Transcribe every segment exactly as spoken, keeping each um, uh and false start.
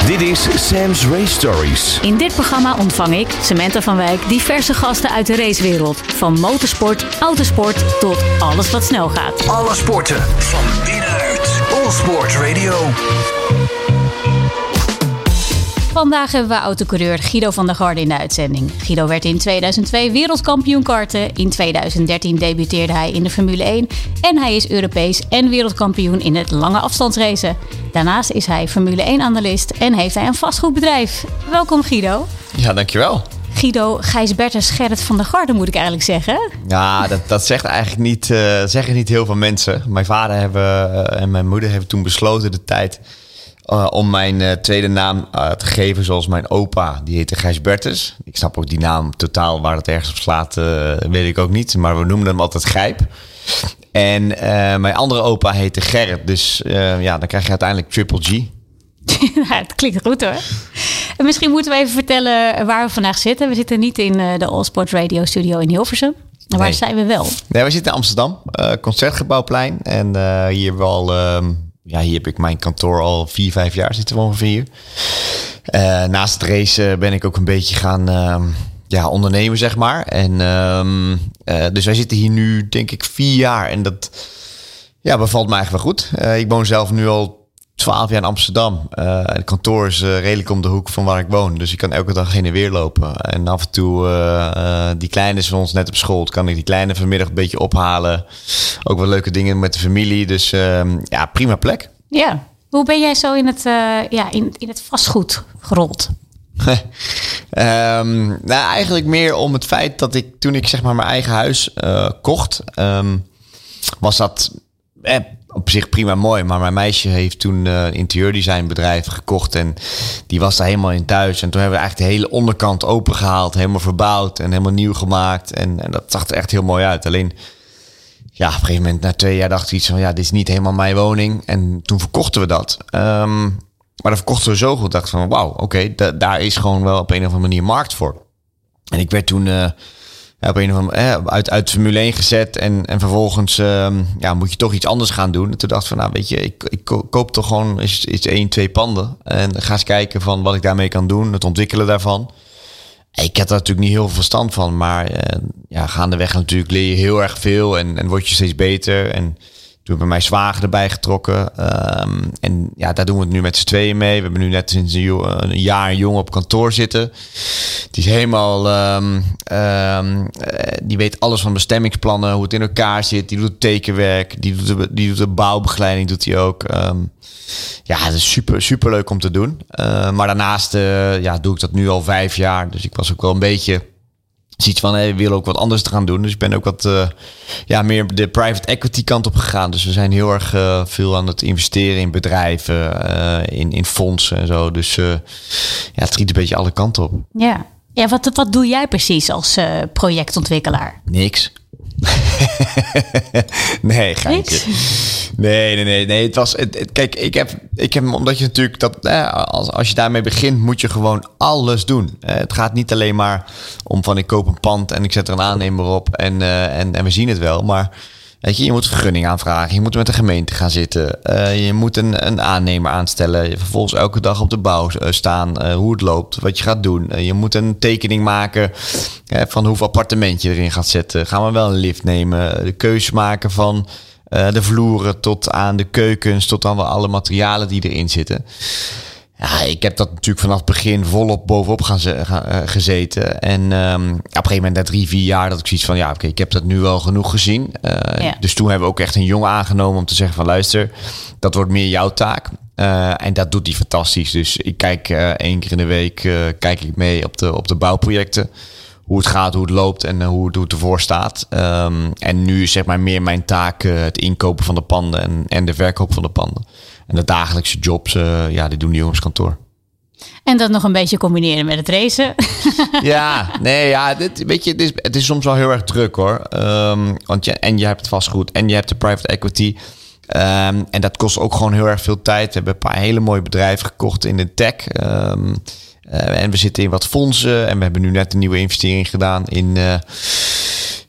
Dit is Sam's Race Stories. In dit programma ontvang ik, Samantha van Wijk, diverse gasten uit de racewereld. Van motorsport, autosport tot alles wat snel gaat. Alle sporten van binnenuit. All Sport Radio. Vandaag hebben we autocoureur Guido van der Garde in de uitzending. Guido werd in tweeduizend twee wereldkampioen karten. In tweeduizend dertien debuteerde hij in de Formule één. En hij is Europees en wereldkampioen in het lange afstandsracen. Daarnaast is hij Formule één-analyst en heeft hij een vastgoedbedrijf. Welkom Guido. Ja, dankjewel. Guido Gijsbertus Gerrit van der Garde moet ik eigenlijk zeggen. Ja, dat, dat zegt eigenlijk niet, uh, zeggen niet heel veel mensen. Mijn vader hebben, uh, en mijn moeder hebben toen besloten de tijd... Uh, om mijn uh, tweede naam uh, te geven zoals mijn opa. Die heette Gijsbertus. Ik snap ook die naam totaal waar het ergens op slaat, uh, weet ik ook niet. Maar we noemden hem altijd Gijp. En uh, mijn andere opa heette Gerrit. Dus uh, ja, dan krijg je uiteindelijk Triple G. Ja, het klinkt goed hoor. En misschien moeten we even vertellen waar we vandaag zitten. We zitten niet in uh, de All Sport Radio Studio in Hilversum. Maar waar nee. zijn we wel? Nee, we zitten in Amsterdam. Uh, Concertgebouwplein. En uh, hier wel... Uh, Ja, hier heb ik mijn kantoor al vier, vijf jaar zitten we ongeveer. Uh, naast het racen ben ik ook een beetje gaan uh, ja, ondernemen, zeg maar. En um, uh, dus wij zitten hier nu, denk ik, vier jaar. En dat ja, bevalt me eigenlijk wel goed. Uh, ik woon zelf nu al twaalf jaar in Amsterdam. Uh, het kantoor is uh, redelijk om de hoek van waar ik woon. Dus ik kan elke dag heen en weer lopen. En af en toe, uh, uh, die kleine is van ons net op school. Kan ik die kleine vanmiddag een beetje ophalen. Ook wel leuke dingen met de familie. Dus uh, ja, prima plek. Ja. Hoe ben jij zo in het, uh, ja, in, in het vastgoed gerold? um, nou, eigenlijk meer om het feit dat ik toen ik zeg maar mijn eigen huis uh, kocht, um, was dat eh, op zich prima mooi. Maar mijn meisje heeft toen uh, een interieurdesignbedrijf gekocht en die was daar helemaal in thuis. En toen hebben we eigenlijk de hele onderkant opengehaald, helemaal verbouwd en helemaal nieuw gemaakt. En, en dat zag er echt heel mooi uit. Alleen ja, op een gegeven moment, na twee jaar, dacht ik iets van... ja, dit is niet helemaal mijn woning. En toen verkochten we dat. Um, maar dat verkochten we zo goed. Dacht ik van, wauw, oké, okay, da- daar is gewoon wel op een of andere manier markt voor. En ik werd toen uh, op een of andere eh, uit, uit Formule één gezet. En, en vervolgens um, ja, moet je toch iets anders gaan doen. En toen dacht ik van, nou weet je, ik, ik koop toch gewoon eens, eens één, twee panden. En ga eens kijken van wat ik daarmee kan doen. Het ontwikkelen daarvan. Ik had daar natuurlijk niet heel veel verstand van, maar uh, ja, gaandeweg natuurlijk leer je heel erg veel en, en word je steeds beter. En toen heb ik mijn zwager erbij getrokken. Um, en ja, daar doen we het nu met z'n tweeën mee. We hebben nu net sinds een, een jaar een jongen op kantoor zitten. Die is helemaal, um, um, uh, die weet alles van bestemmingsplannen, hoe het in elkaar zit. Die doet het tekenwerk, die doet de, die doet de bouwbegeleiding, doet hij ook. Um, Ja, het is super, super leuk om te doen. Uh, maar daarnaast uh, ja, doe ik dat nu al vijf jaar. Dus ik was ook wel een beetje zoiets van, hey, we willen ook wat anders te gaan doen. Dus ik ben ook wat uh, ja, meer de private equity kant op gegaan. Dus we zijn heel erg uh, veel aan het investeren in bedrijven, uh, in, in fondsen en zo. Dus uh, ja, het schiet een beetje alle kanten op. Ja, ja wat, wat doe jij precies als uh, projectontwikkelaar? Niks. nee, geintje. Nee, nee, nee, nee. Het was, het, het, kijk, ik heb, ik heb, omdat je natuurlijk dat, eh, als, als je daarmee begint, moet je gewoon alles doen. Eh, het gaat niet alleen maar om van ik koop een pand en ik zet er een aannemer op en, uh, en, en we zien het wel. Maar weet je, je moet vergunning aanvragen, je moet met de gemeente gaan zitten, uh, je moet een, een aannemer aanstellen, je vervolgens elke dag op de bouw uh, staan, uh, hoe het loopt, wat je gaat doen. Uh, je moet een tekening maken uh, van hoeveel appartement je erin gaat zetten. Gaan we wel een lift nemen? De keuze maken van Uh, de vloeren tot aan de keukens, tot aan alle materialen die erin zitten. Ja, ik heb dat natuurlijk vanaf het begin volop bovenop gaan, ze, gaan uh, gezeten. En um, op een gegeven moment na drie, vier jaar dat ik zoiets van, ja, oké, okay, ik heb dat nu wel genoeg gezien. Uh, ja. Dus toen hebben we ook echt een jongen aangenomen om te zeggen van, luister, dat wordt meer jouw taak. Uh, en dat doet hij fantastisch. Dus ik kijk uh, één keer in de week uh, kijk ik mee op de, op de bouwprojecten. Hoe het gaat, hoe het loopt en uh, hoe, het, hoe het ervoor staat. Um, en nu is zeg maar meer mijn taak uh, het inkopen van de panden en, en de verkoop van de panden. En de dagelijkse jobs, uh, ja, die doen die jongens kantoor. En dat nog een beetje combineren met het racen. Ja, nee, ja, dit, weet je, het is, het is soms wel heel erg druk hoor. Um, want je, en je hebt het vastgoed en je hebt de private equity. Um, en dat kost ook gewoon heel erg veel tijd. We hebben een paar hele mooie bedrijven gekocht in de tech. Um, Uh, en we zitten in wat fondsen. En we hebben nu net een nieuwe investering gedaan in, uh,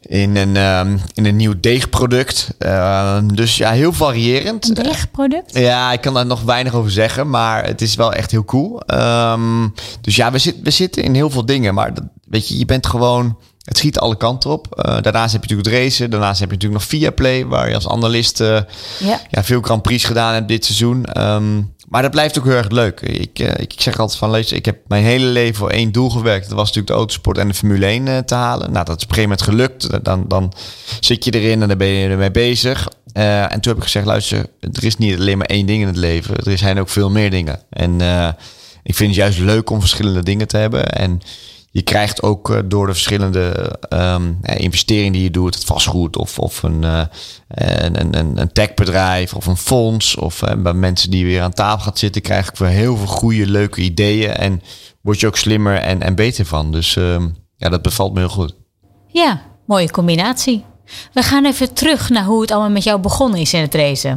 in een, um, in een nieuw deegproduct. Uh, dus ja, heel variërend. Een deegproduct? Uh, ja, ik kan daar nog weinig over zeggen, maar het is wel echt heel cool. Um, dus ja, we, zit, we zitten in heel veel dingen, maar dat, weet je, je bent gewoon... Het schiet alle kanten op. Uh, daarnaast heb je natuurlijk het racen. Daarnaast heb je natuurlijk nog Viaplay, waar je als analist uh, ja. Ja, veel Grand Prix gedaan hebt dit seizoen. Um, maar dat blijft ook heel erg leuk. Ik, uh, ik, ik zeg altijd van, lees, ik heb mijn hele leven voor één doel gewerkt. Dat was natuurlijk de autosport en de Formule één uh, te halen. Nou, dat is op een gegeven moment gelukt. Dan, dan zit je erin en dan ben je ermee bezig. Uh, en toen heb ik gezegd, luister, er is niet alleen maar één ding in het leven. Er zijn ook veel meer dingen. En uh, ik vind het juist leuk om verschillende dingen te hebben. En je krijgt ook uh, door de verschillende um, investeringen die je doet, het vastgoed of, of een, uh, een, een, een techbedrijf of een fonds of uh, bij mensen die weer aan tafel gaat zitten, krijg ik weer heel veel goede, leuke ideeën en word je ook slimmer en, en beter van. Dus um, ja, dat bevalt me heel goed. Ja, mooie combinatie. We gaan even terug naar hoe het allemaal met jou begonnen is in het racen.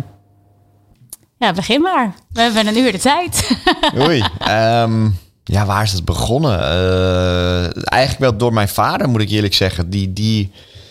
Ja, begin maar. We hebben een uur de tijd. Oei. Um, Ja, waar is het begonnen? Uh, eigenlijk wel door mijn vader, moet ik eerlijk zeggen. Die, die,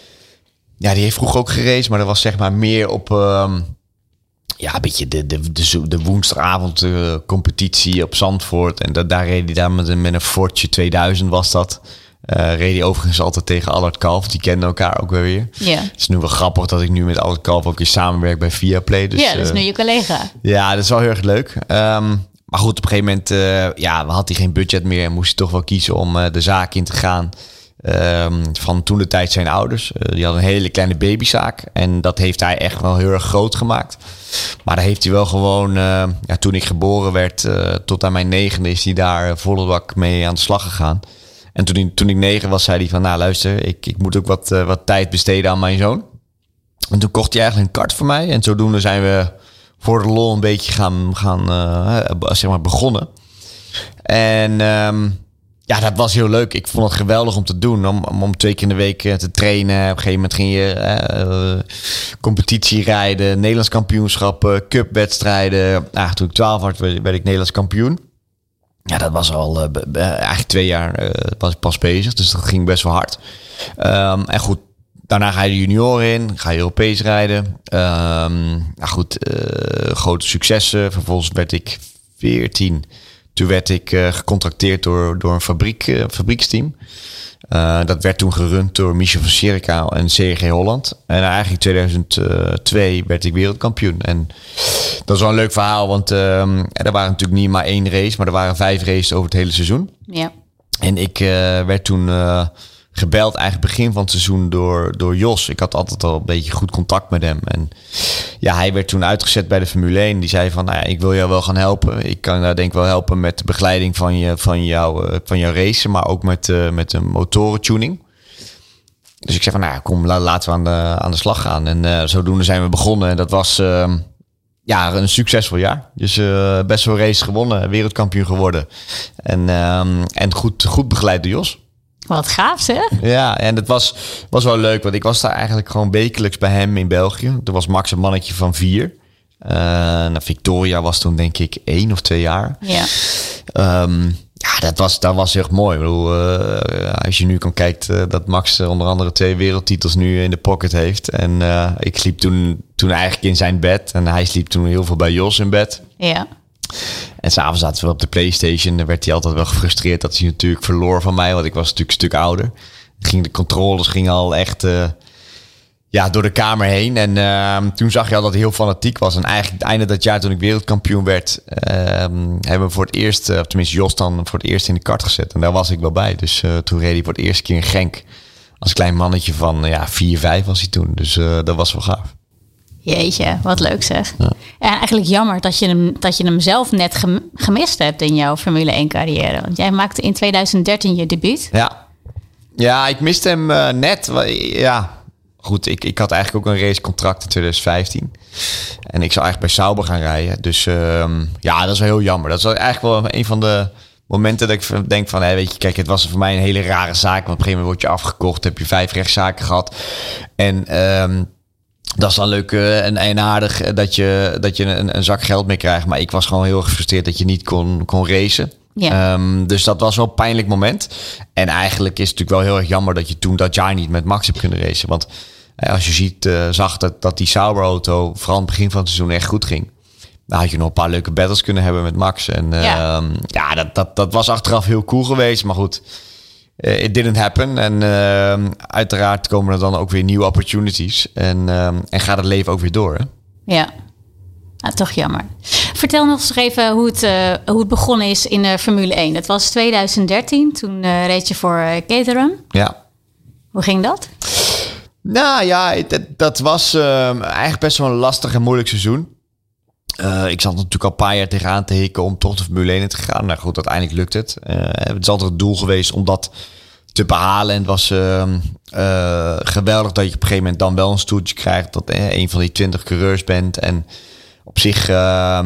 ja, die heeft vroeger ook geraced, maar dat was zeg maar meer op... Um, ja, een beetje de, de, de, de woensdagavond uh, competitie op Zandvoort. En dat, daar reed hij daar met een, met een Fortje tweeduizend was dat. Uh, reed hij overigens altijd tegen Allard Kalf. Die kenden elkaar ook wel weer. Ja. Het is nu wel grappig dat ik nu met Allard Kalf ook weer samenwerk bij Viaplay. Dus, ja, dat is nu je collega. Uh, ja, dat is wel heel erg leuk. Um, Maar goed, op een gegeven moment uh, ja, had hij geen budget meer en moest hij toch wel kiezen om uh, de zaak in te gaan. Um, van toen de tijd zijn ouders. Uh, die hadden een hele kleine babyzaak. En dat heeft hij echt wel heel erg groot gemaakt. Maar daar heeft hij wel gewoon... Uh, ja, toen ik geboren werd, uh, tot aan mijn negende is hij daar uh, volle bak mee aan de slag gegaan. En toen, hij, toen ik negen was, zei hij van... Nou luister, ik, ik moet ook wat, uh, wat tijd besteden aan mijn zoon. En toen kocht hij eigenlijk een kart voor mij. En zodoende zijn we... voor de lol een beetje gaan, gaan uh, zeg maar begonnen. En um, ja, dat was heel leuk. Ik vond het geweldig om te doen. Om, om, om twee keer in de week te trainen. Op een gegeven moment ging je uh, competitie rijden. Nederlands kampioenschappen, cupwedstrijden. Nou, toen ik twaalf was, werd, werd ik Nederlands kampioen. Ja, dat was al uh, b- b- eigenlijk twee jaar uh, was ik pas bezig. Dus dat ging best wel hard. Um, en goed. Daarna ga je de junioren in, ga je Europees rijden. Um, nou goed, uh, grote successen. Vervolgens werd ik veertien. Toen werd ik uh, gecontracteerd door, door een fabriek, uh, fabrieksteam. Uh, dat werd toen gerund door Michel van Sjerika en C G Holland. En eigenlijk in tweeduizend twee werd ik wereldkampioen. En dat is wel een leuk verhaal, want uh, er waren natuurlijk niet maar één race, maar er waren vijf races over het hele seizoen. Ja. En ik uh, werd toen... Uh, gebeld eigenlijk begin van het seizoen door, door Jos. Ik had altijd al een beetje goed contact met hem. En ja, hij werd toen uitgezet bij de Formule één. Die zei van, nou ja, ik wil jou wel gaan helpen. Ik kan jou denk ik wel helpen met de begeleiding van, je, van, jou, van jouw racen, maar ook met, uh, met een motorentuning. Dus ik zei van, nou ja, kom, laten we aan de, aan de slag gaan. En uh, zodoende zijn we begonnen. En dat was uh, ja, een succesvol jaar. Dus uh, best wel race gewonnen, wereldkampioen geworden. En, uh, en goed, goed begeleid door Jos. Wat gaaf, hè? Ja, en het was, was wel leuk, want ik was daar eigenlijk gewoon wekelijks bij hem in België. Toen was Max een mannetje van vier. Uh, nou, Victoria was toen denk ik één of twee jaar. Ja. Um, ja, dat was, dat was echt mooi. Ik bedoel, uh, als je nu kan kijken uh, dat Max uh, onder andere twee wereldtitels nu in de pocket heeft. En uh, ik sliep toen, toen eigenlijk in zijn bed. En hij sliep toen heel veel bij Jos in bed. Ja. En s'avonds zaten we op de PlayStation. Dan werd hij altijd wel gefrustreerd dat hij natuurlijk verloor van mij. Want ik was natuurlijk een stuk ouder. Ging de controles gingen al echt uh, ja, door de kamer heen. En uh, toen zag je al dat hij heel fanatiek was. En eigenlijk het einde dat jaar toen ik wereldkampioen werd... Uh, hebben we voor het eerst, uh, of tenminste Jos dan voor het eerst in de kart gezet. En daar was ik wel bij. Dus uh, toen reed hij voor het eerste keer in Genk. Als klein mannetje van uh, ja, vier, vijf was hij toen. Dus uh, dat was wel gaaf. Jeetje, wat leuk zeg. Ja. En eigenlijk jammer dat je hem, dat je hem zelf net gem, gemist hebt in jouw Formule één carrière. Want jij maakte in tweeduizend dertien je debuut. Ja, ja ik miste hem uh, net. Ja, goed, ik, ik had eigenlijk ook een racecontract in tweeduizend vijftien. En ik zou eigenlijk bij Sauber gaan rijden. Dus uh, ja, dat is wel heel jammer. Dat is wel eigenlijk wel een van de momenten dat ik denk van... Hey, weet je, kijk, het was voor mij een hele rare zaak. Want op een gegeven moment word je afgekocht. Heb je vijf rechtszaken gehad. En... Um, dat is dan leuk en, en aardig dat je, dat je een, een zak geld mee krijgt. Maar ik was gewoon heel erg gefrustreerd dat je niet kon, kon racen. Ja. Um, dus dat was wel een pijnlijk moment. En eigenlijk is het natuurlijk wel heel erg jammer dat je toen dat jaar niet met Max hebt kunnen racen. Want eh, als je ziet, uh, zag dat, dat die Sauber-auto vooral aan het begin van het seizoen echt goed ging. Dan had je nog een paar leuke battles kunnen hebben met Max. En uh, ja, um, ja dat, dat, dat was achteraf heel cool geweest. Maar goed, uh, it didn't happen. En uh, uiteraard komen er dan ook weer nieuwe opportunities. En, uh, en gaat het leven ook weer door, hè? Ja. Ah, toch jammer. Vertel nog eens even hoe het, uh, hoe het begonnen is in de Formule één. Dat was twintig dertien. Toen uh, reed je voor uh, Caterham. Ja. Hoe ging dat? Nou ja, dat, dat was uh, eigenlijk best wel een lastig en moeilijk seizoen. Uh, ik zat natuurlijk al een paar jaar tegenaan te hikken om toch de Formule één in te gaan. Nou goed, uiteindelijk lukt het. Uh, het is altijd het doel geweest om dat te behalen. En het was uh, uh, geweldig dat je op een gegeven moment dan wel een stoeltje krijgt. Dat je uh, een van die twintig coureurs bent. En op zich, uh,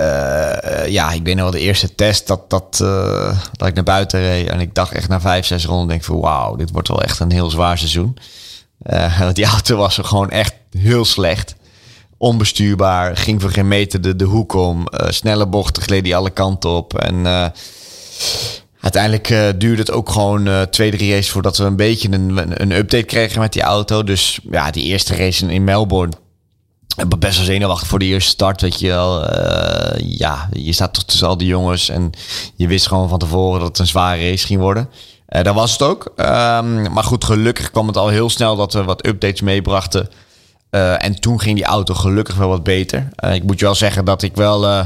uh, ja, ik weet nog wel de eerste test dat, dat, uh, dat ik naar buiten reed. En ik dacht echt na vijf, zes ronden, denk van wauw, dit wordt wel echt een heel zwaar seizoen. Uh, want die auto was er gewoon echt heel slecht. Onbestuurbaar, ging voor geen meter de, de hoek om. Uh, snelle bochten gleed die alle kanten op. En uh, uiteindelijk uh, duurde het ook gewoon uh, twee, drie races voordat we een beetje een, een update kregen met die auto. Dus ja, die eerste race in Melbourne, best wel zenuwachtig voor de eerste start, weet je wel. Uh, ja, je staat toch tussen al die jongens en je wist gewoon van tevoren dat het een zware race ging worden. Uh, dat was het ook. Um, maar goed, gelukkig kwam het al heel snel dat we wat updates meebrachten. Uh, en toen ging die auto gelukkig wel wat beter. Uh, ik moet je wel zeggen dat ik wel uh,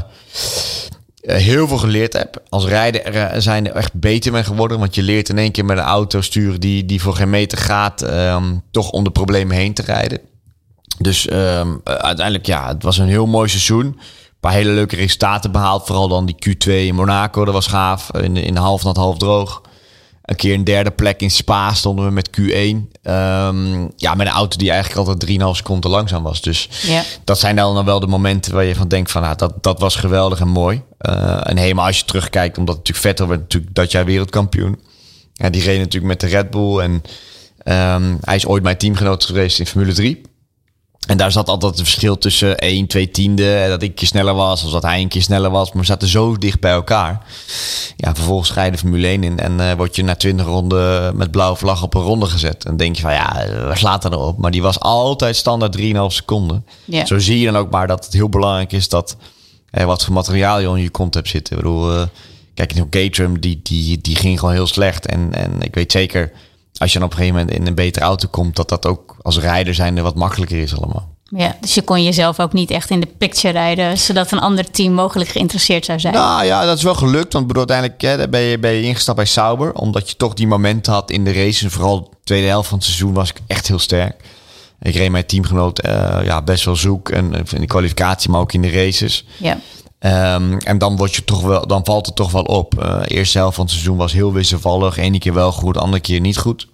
uh, heel veel geleerd heb. Als rijder uh, zijn er echt beter mee geworden. Want je leert in één keer met een auto sturen die, die voor geen meter gaat. Um, toch om de problemen heen te rijden. Dus um, uh, uiteindelijk, ja, het was een heel mooi seizoen. Een paar hele leuke resultaten behaald. Vooral dan die Q twee in Monaco, dat was gaaf. In, in half nat, half droog. Een keer een derde plek in Spa stonden we met Q één. Um, ja, met een auto die eigenlijk altijd drieënhalf seconden langzaam was. Dus ja. Dat zijn dan wel de momenten waar je van denkt van, nou, dat, dat was geweldig en mooi. Uh, en helemaal als je terugkijkt, omdat natuurlijk Vettel werd natuurlijk dat jaar wereldkampioen. Ja, die reed natuurlijk met de Red Bull. En um, hij is ooit mijn teamgenoot geweest in Formule drie. En daar zat altijd het verschil tussen één, twee tiende. Dat ik een keer sneller was, of dat hij een keer sneller was. Maar we zaten zo dicht bij elkaar. Ja, vervolgens ga je de Formule één in. En uh, word je na twintig ronden met blauwe vlag op een ronde gezet. En dan denk je van, ja, waar slaat dat erop? Maar die was altijd standaard drieënhalf seconden. Yeah. Zo zie je dan ook maar dat het heel belangrijk is dat eh, wat voor materiaal je in je kont hebt zitten. Ik bedoel, uh, kijk, in Caterham, die, die, die ging gewoon heel slecht. En, en ik weet zeker, als je dan op een gegeven moment in een betere auto komt, dat dat ook als rijder zijnde wat makkelijker is allemaal. Ja, dus je kon jezelf ook niet echt in de picture rijden, zodat een ander team mogelijk geïnteresseerd zou zijn. Nou ja, dat is wel gelukt. Want bedoel, uiteindelijk hè, ben, je, ben je ingestapt bij Sauber, omdat je toch die momenten had in de race. En vooral de tweede helft van het seizoen was ik echt heel sterk. Ik reed mijn teamgenoot uh, ja, best wel zoek. En in de kwalificatie, maar ook in de races. Ja. Um, en dan, word je toch wel, dan valt het toch wel op. Uh, de eerste helft van het seizoen was heel wisselvallig. Ene keer wel goed, de andere keer niet goed.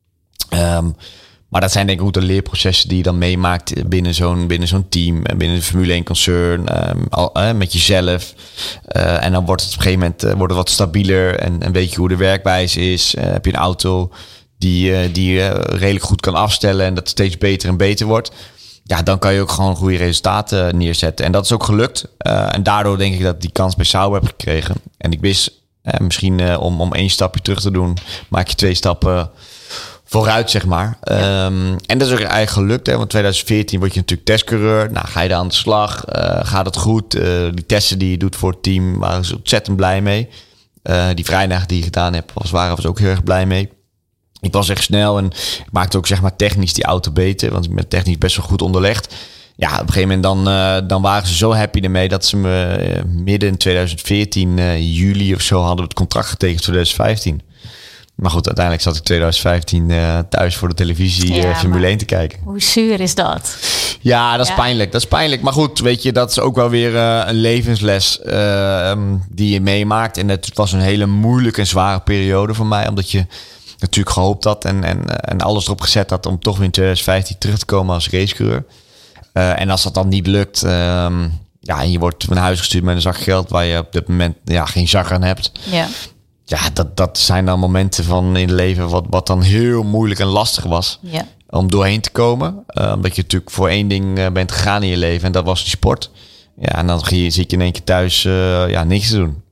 Um, maar dat zijn denk ik ook de leerprocessen die je dan meemaakt binnen zo'n, binnen zo'n team. En binnen de Formule één concern. Um, al, uh, met jezelf. Uh, en dan wordt het op een gegeven moment uh, wordt het wat stabieler. En, en weet je hoe de werkwijze is. Uh, heb je een auto die, uh, die uh, redelijk goed kan afstellen. En dat steeds beter en beter wordt. Ja, dan kan je ook gewoon goede resultaten neerzetten. En dat is ook gelukt. Uh, en daardoor denk ik dat ik die kans bij Sauber heb gekregen. En ik wist uh, misschien uh, om, om één stapje terug te doen, maak je twee stappen vooruit, zeg maar. Ja. Um, en dat is ook eigenlijk gelukt. Hè? Want twintig veertien word je natuurlijk testcoureur. Nou, ga je daar aan de slag. Uh, gaat het goed? Uh, die testen die je doet voor het team, waren ze ontzettend blij mee. Uh, die vrijdag die je gedaan hebt, was, waren we ook heel erg blij mee. Ik was echt snel en ik maakte ook zeg maar technisch die auto beter. Want ik ben technisch best wel goed onderlegd. Ja, op een gegeven moment dan, uh, dan waren ze zo happy ermee dat ze me uh, midden in twintig veertien, uh, juli of zo, hadden we het contract getekend voor twintig vijftien. Maar goed, uiteindelijk zat ik twintig vijftien uh, thuis voor de televisie ja, uh, Formule één te kijken. Hoe zuur is dat? Ja, dat is ja. pijnlijk. Dat is pijnlijk. Maar goed, weet je, dat is ook wel weer uh, een levensles uh, um, die je meemaakt. En het was een hele moeilijke en zware periode voor mij, omdat je natuurlijk gehoopt had en, en, en alles erop gezet had om toch weer in twintig vijftien terug te komen als racecoureur. Uh, en als dat dan niet lukt, um, ja, en je wordt naar huis gestuurd met een zak geld waar je op dit moment ja, geen zak aan hebt. Ja, ja dat, dat zijn dan momenten van in het leven wat, wat dan heel moeilijk en lastig was ja. om doorheen te komen. Uh, omdat je natuurlijk voor één ding uh, bent gegaan in je leven en dat was die sport. Ja, en dan zie je, zie je in één keer thuis uh, ja, niks te doen.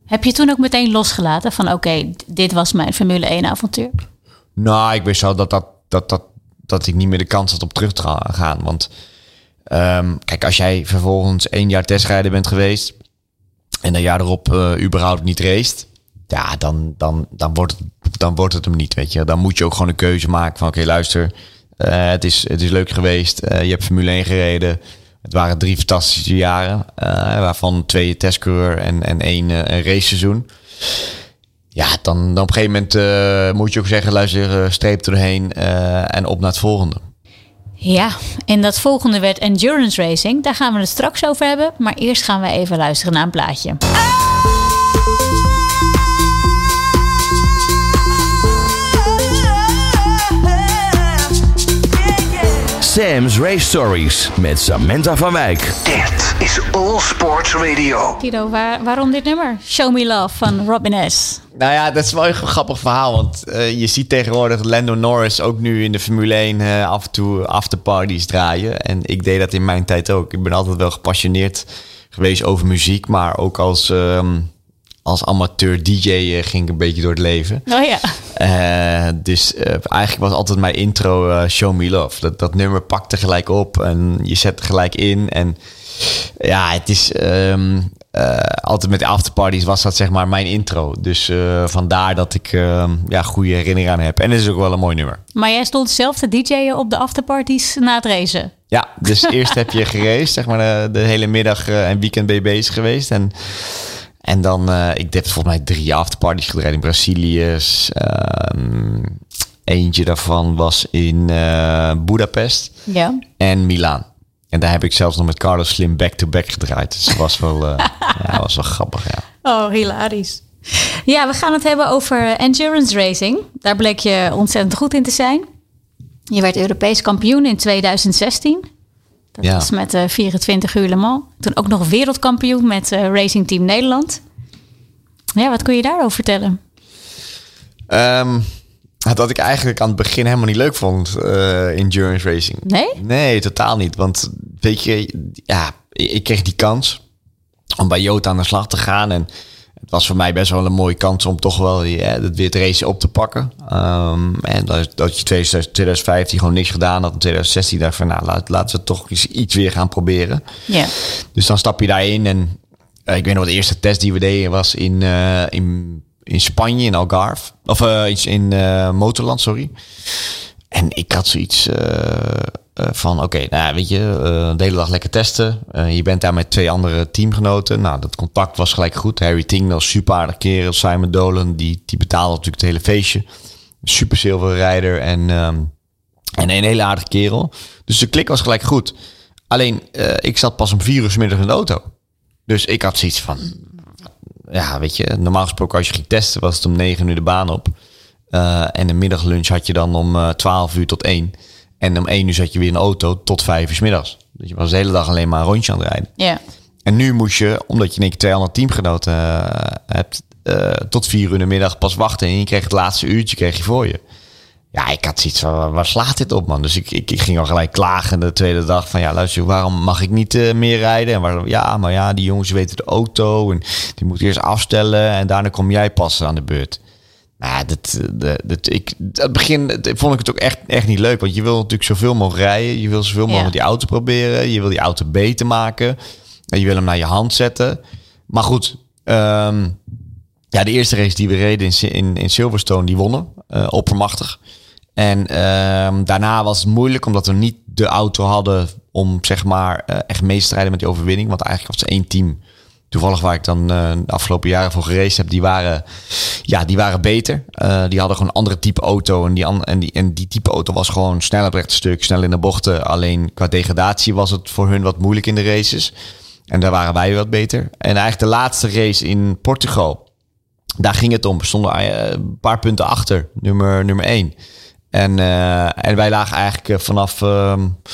Heb je toen ook meteen losgelaten van oké, okay, dit was mijn Formule één avontuur? Nou, ik wist wel dat, dat, dat, dat, dat ik niet meer de kans had op terug te gaan. Want um, kijk, als jij vervolgens één jaar testrijder bent geweest en een jaar erop uh, überhaupt niet raced, ja, dan, dan, dan, wordt het, dan wordt het hem niet, weet je. Dan moet je ook gewoon een keuze maken van oké, okay, luister, uh, het, is, het is leuk geweest. Uh, je hebt Formule één gereden. Het waren drie fantastische jaren, uh, waarvan twee testcoureur en, en één uh, een raceseizoen. Ja, dan, dan op een gegeven moment uh, moet je ook zeggen, luister, uh, streep er doorheen uh, en op naar het volgende. Ja, en dat volgende werd endurance racing. Daar gaan we het straks over hebben. Maar eerst gaan we even luisteren naar een plaatje. Sam's Race Stories met Samantha van Wijk. Dit is All Sports Radio. Guido, waar, waarom dit nummer? Show Me Love van Robin S. Nou ja, dat is wel een grappig verhaal. Want uh, je ziet tegenwoordig Lando Norris ook nu in de Formule één uh, af en toe afterparties draaien. En ik deed dat in mijn tijd ook. Ik ben altijd wel gepassioneerd geweest over muziek. Maar ook als, um, als amateur D J uh, ging ik een beetje door het leven. Oh ja. Uh, dus uh, eigenlijk was altijd mijn intro uh, Show Me Love. Dat, dat nummer pakte gelijk op en je zet er gelijk in. En ja, het is um, uh, altijd met de afterparties was dat zeg maar mijn intro. Dus uh, vandaar dat ik uh, ja, goede herinneringen aan heb. En het is ook wel een mooi nummer. Maar jij stond zelf te D J'en op de afterparties na het racen? Ja, dus eerst heb je geraced, zeg maar de, de hele middag uh, en weekend ben je bezig geweest. En En dan, uh, ik heb volgens mij drie afterparties gedraaid in Brazilië. Um, eentje daarvan was in uh, Budapest ja. en Milaan. En daar heb ik zelfs nog met Carlos Slim back-to-back gedraaid. Dus dat was wel, uh, ja, was wel grappig, ja. Oh, hilarisch. Ja, we gaan het hebben over endurance racing. Daar bleek je ontzettend goed in te zijn. Je werd Europees kampioen in tweeduizend zestien. Dat ja. was met uh, vierentwintig uur Le Mans. Toen ook nog wereldkampioen met uh, Racing Team Nederland. Ja, wat kun je daarover vertellen? Um, dat ik eigenlijk aan het begin helemaal niet leuk vond, uh, endurance racing. Nee? Nee, totaal niet. Want weet je, ja, ik kreeg die kans om bij Jota aan de slag te gaan. En het was voor mij best wel een mooie kans om toch wel ja, het weer het racen op te pakken. Um, en dat, dat je tweeduizend vijftien gewoon niks gedaan had. In tweeduizend zestien dacht van, nou, laat, laten we toch eens iets weer gaan proberen. Ja. Dus dan stap je daarin. En uh, ik weet nog, de eerste test die we deden was in, uh, in, in Spanje, in Algarve. Of uh, in, in uh, Motorland, sorry. En ik had zoiets uh, uh, van, oké, okay, nou weet je, uh, de hele dag lekker testen. Uh, je bent daar met twee andere teamgenoten. Nou, dat contact was gelijk goed. Harry Tingnell, super aardig kerel. Simon Dolan, die, die betaalde natuurlijk het hele feestje. Super zilverrijder en, um, en een hele aardige kerel. Dus de klik was gelijk goed. Alleen, uh, ik zat pas om vier uur 's middags in de auto. Dus ik had zoiets van, ja, weet je, normaal gesproken als je ging testen was het om negen uur de baan op. Uh, en de middaglunch had je dan om uh, twaalf uur tot één. En om één uur zat je weer in de auto tot vijf uur 's middags. Dus je was de hele dag alleen maar een rondje aan het rijden. Ja. En nu moest je, omdat je in één keer twee andere teamgenoten uh, hebt, uh, tot vier uur in de middag pas wachten. En je kreeg het laatste uurtje kreeg je voor je. Ja, ik had zoiets van, waar slaat dit op, man? Dus ik, ik, ik ging al gelijk klagen de tweede dag van, ja, luister, waarom mag ik niet uh, meer rijden? En waarom, ja, maar ja, die jongens weten de auto en die moeten eerst afstellen en daarna kom jij pas aan de beurt. Nou, dat, dat, dat, ik, het begin dat vond ik het ook echt, echt niet leuk. Want je wil natuurlijk zoveel mogelijk rijden. Je wil zoveel mogelijk ja. die auto proberen. Je wil die auto beter maken. En je wil hem naar je hand zetten. Maar goed, um, ja, de eerste race die we reden in, in, in Silverstone, die wonnen. Uh, oppermachtig. En um, daarna was het moeilijk, omdat we niet de auto hadden om zeg maar uh, echt mee te strijden met die overwinning. Want eigenlijk was er één team. Toevallig waar ik dan uh, de afgelopen jaren voor geraced heb, die waren, ja, die waren beter. Uh, die hadden gewoon een andere type auto. En die, an- en, die, en die type auto was gewoon snel op het rechte stuk, snel in de bochten. Alleen qua degradatie was het voor hun wat moeilijk in de races. En daar waren wij wat beter. En eigenlijk de laatste race in Portugal, daar ging het om. We stonden uh, een paar punten achter, nummer, nummer één. En, uh, en wij lagen eigenlijk uh, vanaf uh,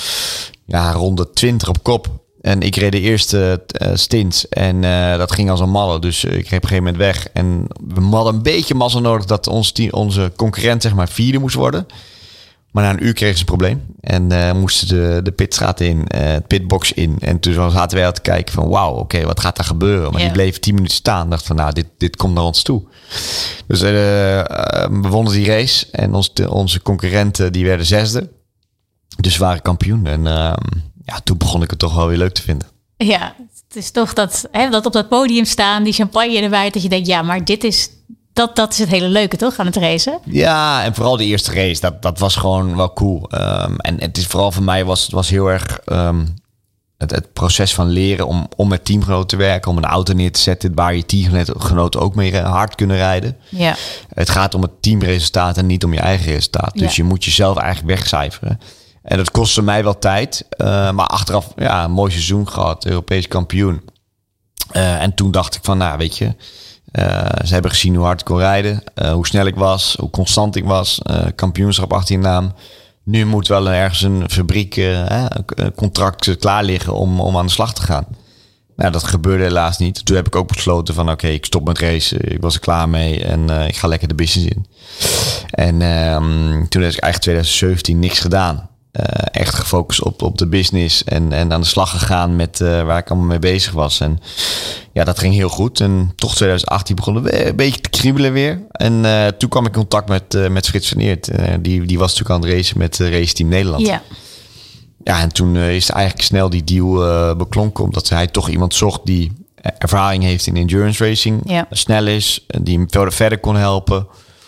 ja, ronde twintig op kop. En ik reed de eerste uh, stints en uh, dat ging als een malle. Dus uh, ik reed op een gegeven moment weg. En we hadden een beetje mazzel nodig dat ons team, onze concurrent zeg maar vierde moest worden. Maar na een uur kregen ze een probleem. En uh, moesten de, de pitstraat in, uh, het pitbox in. En toen zaten wij al te kijken van wauw, oké, okay, wat gaat er gebeuren? Maar yeah. die bleven tien minuten staan. Dacht van nou, dit, dit komt naar ons toe. Dus uh, uh, we wonnen die race. En ons, de, onze concurrenten die werden zesde. Dus we waren kampioen. En uh, ja, toen begon ik het toch wel weer leuk te vinden. Ja, het is toch dat, hè, dat op dat podium staan, die champagne erbij. Dat je denkt, ja, maar dit is... Dat, dat is het hele leuke, toch, aan het racen? Ja, en vooral de eerste race, dat, dat was gewoon wel cool. Um, en het is vooral voor mij was het was heel erg um, het, het proces van leren om, om met teamgenoten te werken, om een auto neer te zetten waar je teamgenoten ook mee hard kunnen rijden. Ja. Het gaat om het teamresultaat en niet om je eigen resultaat. Dus ja. je moet jezelf eigenlijk wegcijferen. En dat kostte mij wel tijd. Uh, maar achteraf, ja, een mooi seizoen gehad, Europees kampioen. Uh, en toen dacht ik van, nou, weet je... Uh, ze hebben gezien hoe hard ik kon rijden, uh, hoe snel ik was, hoe constant ik was, uh, kampioenschap achter je naam. Nu moet wel ergens een fabriek uh, een contract klaar liggen om, om aan de slag te gaan. Nou, dat gebeurde helaas niet. Toen heb ik ook besloten van oké, okay, ik stop met racen. Ik was er klaar mee en uh, ik ga lekker de business in. En um, toen heb ik eigenlijk twintig zeventien niks gedaan. Uh, echt gefocust op, op de business en, en aan de slag gegaan met uh, waar ik allemaal mee bezig was. En ja, dat ging heel goed. En toch twintig achttien begon het een beetje te kriebelen weer. En uh, toen kwam ik in contact met, uh, met Frits van Eert. Uh, die, die was natuurlijk aan het racen met uh, Race Team Nederland. Ja. Ja, en toen uh, is eigenlijk snel die deal uh, beklonken. Omdat hij toch iemand zocht die ervaring heeft in endurance racing. Ja. Snel is, die hem verder, verder kon helpen.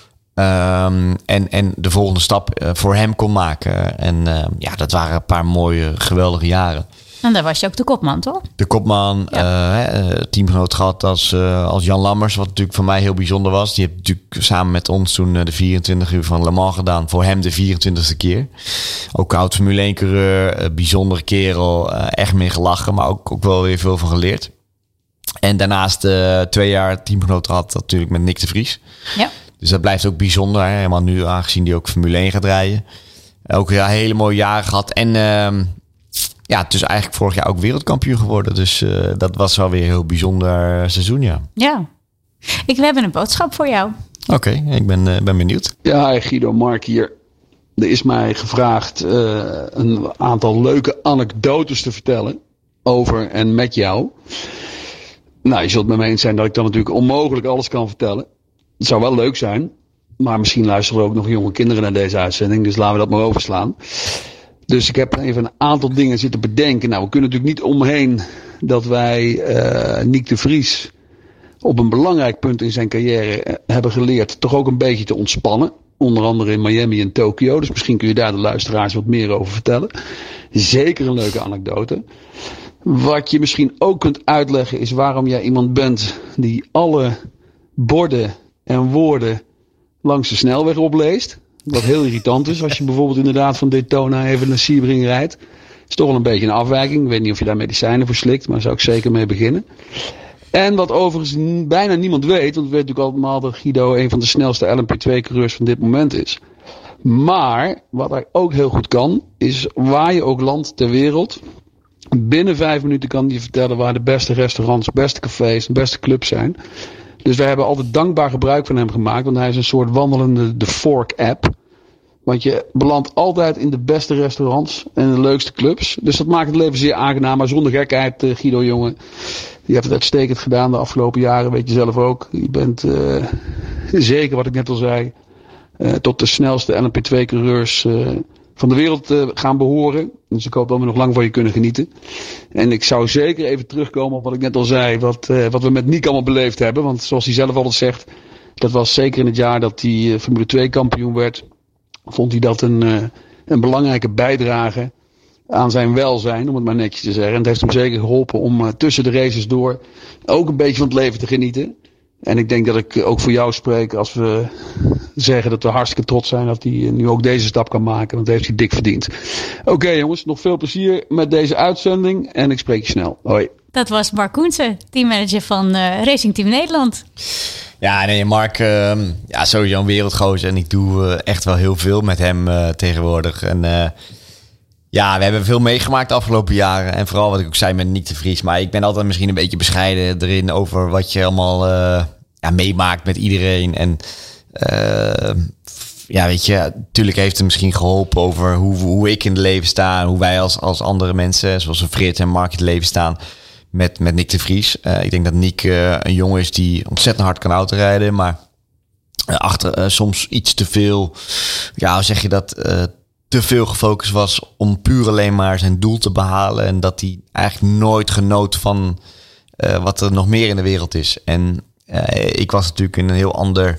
Um, en, en de volgende stap uh, voor hem kon maken. En uh, ja, dat waren een paar mooie, geweldige jaren. En daar was je ook de kopman, toch? De kopman, ja. uh, teamgenoot gehad als, uh, als Jan Lammers, wat natuurlijk voor mij heel bijzonder was. Die heeft natuurlijk samen met ons toen uh, de vierentwintig uur van Le Mans gedaan. Voor hem de vierentwintigste keer. Ook oud Formule één coureur, uh, bijzondere kerel. Uh, echt mee gelachen, maar ook, ook wel weer veel van geleerd. En daarnaast uh, twee jaar teamgenoot had natuurlijk met Nick de Vries. Ja. Dus dat blijft ook bijzonder. Hè? Helemaal nu aangezien die ook Formule één gaat rijden. Ook ja, hele mooie jaren gehad. En uh, ja, dus eigenlijk vorig jaar ook wereldkampioen geworden. Dus uh, dat was wel weer een heel bijzonder seizoen, ja. Ja. Ik, we hebben een boodschap voor jou. Oké, okay, ik ben, uh, ben benieuwd. Ja, hi Guido, Mark hier. Er is mij gevraagd uh, een aantal leuke anekdotes te vertellen over en met jou. Nou, je zult met me eens zijn dat ik dan natuurlijk onmogelijk alles kan vertellen. Het zou wel leuk zijn, maar misschien luisteren er ook nog jonge kinderen naar deze uitzending. Dus laten we dat maar overslaan. Dus ik heb even een aantal dingen zitten bedenken. Nou, we kunnen natuurlijk niet omheen dat wij uh, Nick de Vries op een belangrijk punt in zijn carrière hebben geleerd toch ook een beetje te ontspannen. Onder andere in Miami en Tokio. Dus misschien kun je daar de luisteraars wat meer over vertellen. Zeker een leuke anekdote. Wat je misschien ook kunt uitleggen is waarom jij iemand bent die alle borden en woorden langs de snelweg opleest. Wat heel irritant is als je bijvoorbeeld inderdaad van Daytona even naar Sebring rijdt. Is toch wel een beetje een afwijking. Ik weet niet of je daar medicijnen voor slikt, maar daar zou ik zeker mee beginnen. En wat overigens bijna niemand weet, want we weten natuurlijk allemaal dat Guido een van de snelste L M P twee coureurs van dit moment is. Maar wat hij ook heel goed kan, is waar je ook landt ter wereld. Binnen vijf minuten kan hij vertellen waar de beste restaurants, beste cafés en beste clubs zijn. Dus wij hebben altijd dankbaar gebruik van hem gemaakt. Want hij is een soort wandelende The Fork app. Want je belandt altijd in de beste restaurants en de leukste clubs. Dus dat maakt het leven zeer aangenaam. Maar zonder gekheid, uh, Guido jongen. Je hebt het uitstekend gedaan de afgelopen jaren. Weet je zelf ook. Je bent uh, zeker wat ik net al zei. Uh, tot de snelste L M P twee coureurs uh, van de wereld uh, gaan behoren. Dus ik hoop dat we nog lang van je kunnen genieten. En ik zou zeker even terugkomen op wat ik net al zei. Wat, uh, wat we met Nick allemaal beleefd hebben. Want zoals hij zelf altijd zegt. Dat was zeker in het jaar dat hij uh, Formule twee kampioen werd. Vond hij dat een, uh, een belangrijke bijdrage aan zijn welzijn. Om het maar netjes te zeggen. En het heeft hem zeker geholpen om uh, tussen de races door ook een beetje van het leven te genieten. En ik denk dat ik ook voor jou spreek als we zeggen dat we hartstikke trots zijn dat hij nu ook deze stap kan maken. Want dat heeft hij dik verdiend. Oké okay, jongens, nog veel plezier met deze uitzending en ik spreek je snel. Hoi. Dat was Mark Koensen, teammanager van uh, Racing Team Nederland. Ja, nee, Mark, uh, ja, sowieso een wereldgozer en ik doe uh, echt wel heel veel met hem uh, tegenwoordig. En uh, ja, we hebben veel meegemaakt de afgelopen jaren. En vooral wat ik ook zei met Nick de Vries. Maar ik ben altijd misschien een beetje bescheiden erin over wat je allemaal uh, ja, meemaakt met iedereen. En uh, ja, weet je, natuurlijk heeft het misschien geholpen over hoe, hoe ik in het leven sta. Hoe wij als, als andere mensen, zoals een Frits en Mark in het leven staan. Met, met Nick de Vries. Uh, ik denk dat Nick uh, een jongen is die ontzettend hard kan autorijden. Maar uh, achter uh, soms iets te veel, ja, hoe zeg je dat, uh, te veel gefocust was om puur alleen maar zijn doel te behalen. En dat hij eigenlijk nooit genoot van uh, wat er nog meer in de wereld is. En uh, ik was natuurlijk in een heel ander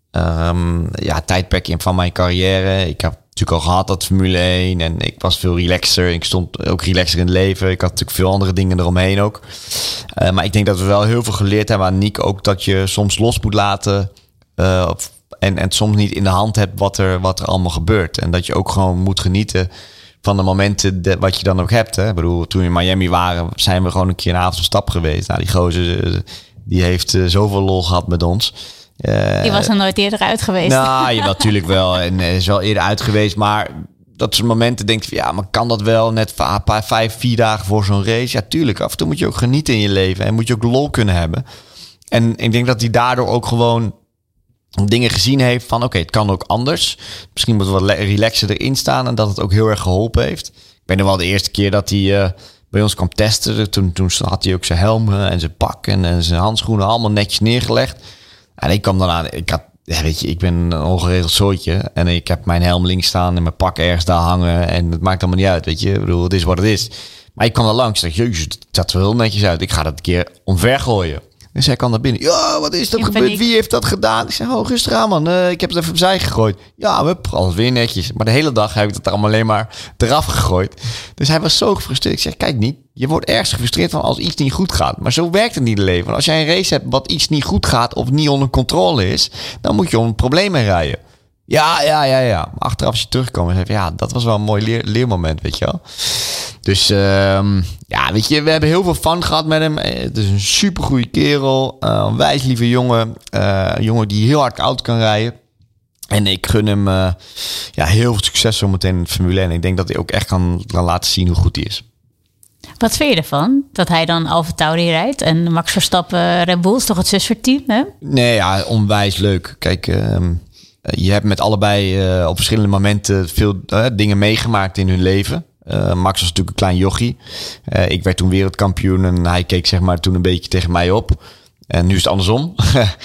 um, ja, tijdperk in van mijn carrière. Ik heb natuurlijk al gehad dat Formule één en ik was veel relaxer. Ik stond ook relaxer in het leven. Ik had natuurlijk veel andere dingen eromheen ook. Uh, maar ik denk dat we wel heel veel geleerd hebben aan Nick. Ook dat je soms los moet laten uh, en, en soms niet in de hand hebt wat er, wat er allemaal gebeurt. En dat je ook gewoon moet genieten van de momenten de, wat je dan ook hebt. Hè? Ik bedoel, toen we in Miami waren, zijn we gewoon een keer een avond op stap geweest. Nou, die gozer, die heeft uh, zoveel lol gehad met ons. Uh, die was er nooit eerder uit geweest. Nou, ja, natuurlijk wel. En uh, is wel eerder uit geweest. Maar dat soort momenten denk je, ja, maar kan dat wel net een paar, vijf, vier dagen voor zo'n race? Ja, tuurlijk. Af en toe moet je ook genieten in je leven. En moet je ook lol kunnen hebben. En ik denk dat hij daardoor ook gewoon dingen gezien heeft van, oké, okay, het kan ook anders. Misschien moet wat relaxer erin staan. En dat het ook heel erg geholpen heeft. Ik ben er wel de eerste keer dat hij uh, bij ons kwam testen. Toen, toen had hij ook zijn helm en zijn pak en, en zijn handschoenen allemaal netjes neergelegd. En ik kwam dan aan, ik had, ja, weet je, ik ben een ongeregeld soortje. En ik heb mijn helm links staan en mijn pak ergens daar hangen. En het maakt allemaal niet uit, weet je. Ik bedoel, het is wat het is. Maar ik kwam daar langs en dacht, jezus, het zat wel heel netjes uit. Ik ga dat een keer omver gooien. Dus hij kwam naar binnen. Ja, wat is dat In gebeurd? paniek. Wie heeft dat gedaan? Ik zei, oh, rustig aan, man. Uh, ik heb het even opzij gegooid. Ja, hup, alles weer netjes. Maar de hele dag heb ik het allemaal alleen maar eraf gegooid. Dus hij was zo gefrustreerd. Ik zeg, kijk niet. Je wordt ergens gefrustreerd van als iets niet goed gaat. Maar zo werkt het niet in het leven. Want als jij een race hebt wat iets niet goed gaat of niet onder controle is, dan moet je om een probleem mee rijden. Ja, ja, ja, ja. Maar achteraf als je terugkomt en zegt, ja, dat was wel een mooi leer, leermoment, weet je wel. Dus um, ja, weet je, we hebben heel veel fun gehad met hem. Het is een supergoeie kerel. Uh, een wijs lieve jongen. Uh, een jongen die heel hard auto kan rijden. En ik gun hem uh, ja, heel veel succes zometeen in de Formule één. En ik denk dat hij ook echt kan, kan laten zien hoe goed hij is. Wat vind je ervan? Dat hij dan AlphaTauri rijdt en Max Verstappen Red Bull is toch het zusverteam, hè? Nee, ja, onwijs leuk. Kijk, um, je hebt met allebei uh, op verschillende momenten veel uh, dingen meegemaakt in hun leven. Uh, Max was natuurlijk een klein jochie. Uh, ik werd toen wereldkampioen en hij keek zeg maar toen een beetje tegen mij op. En nu is het andersom.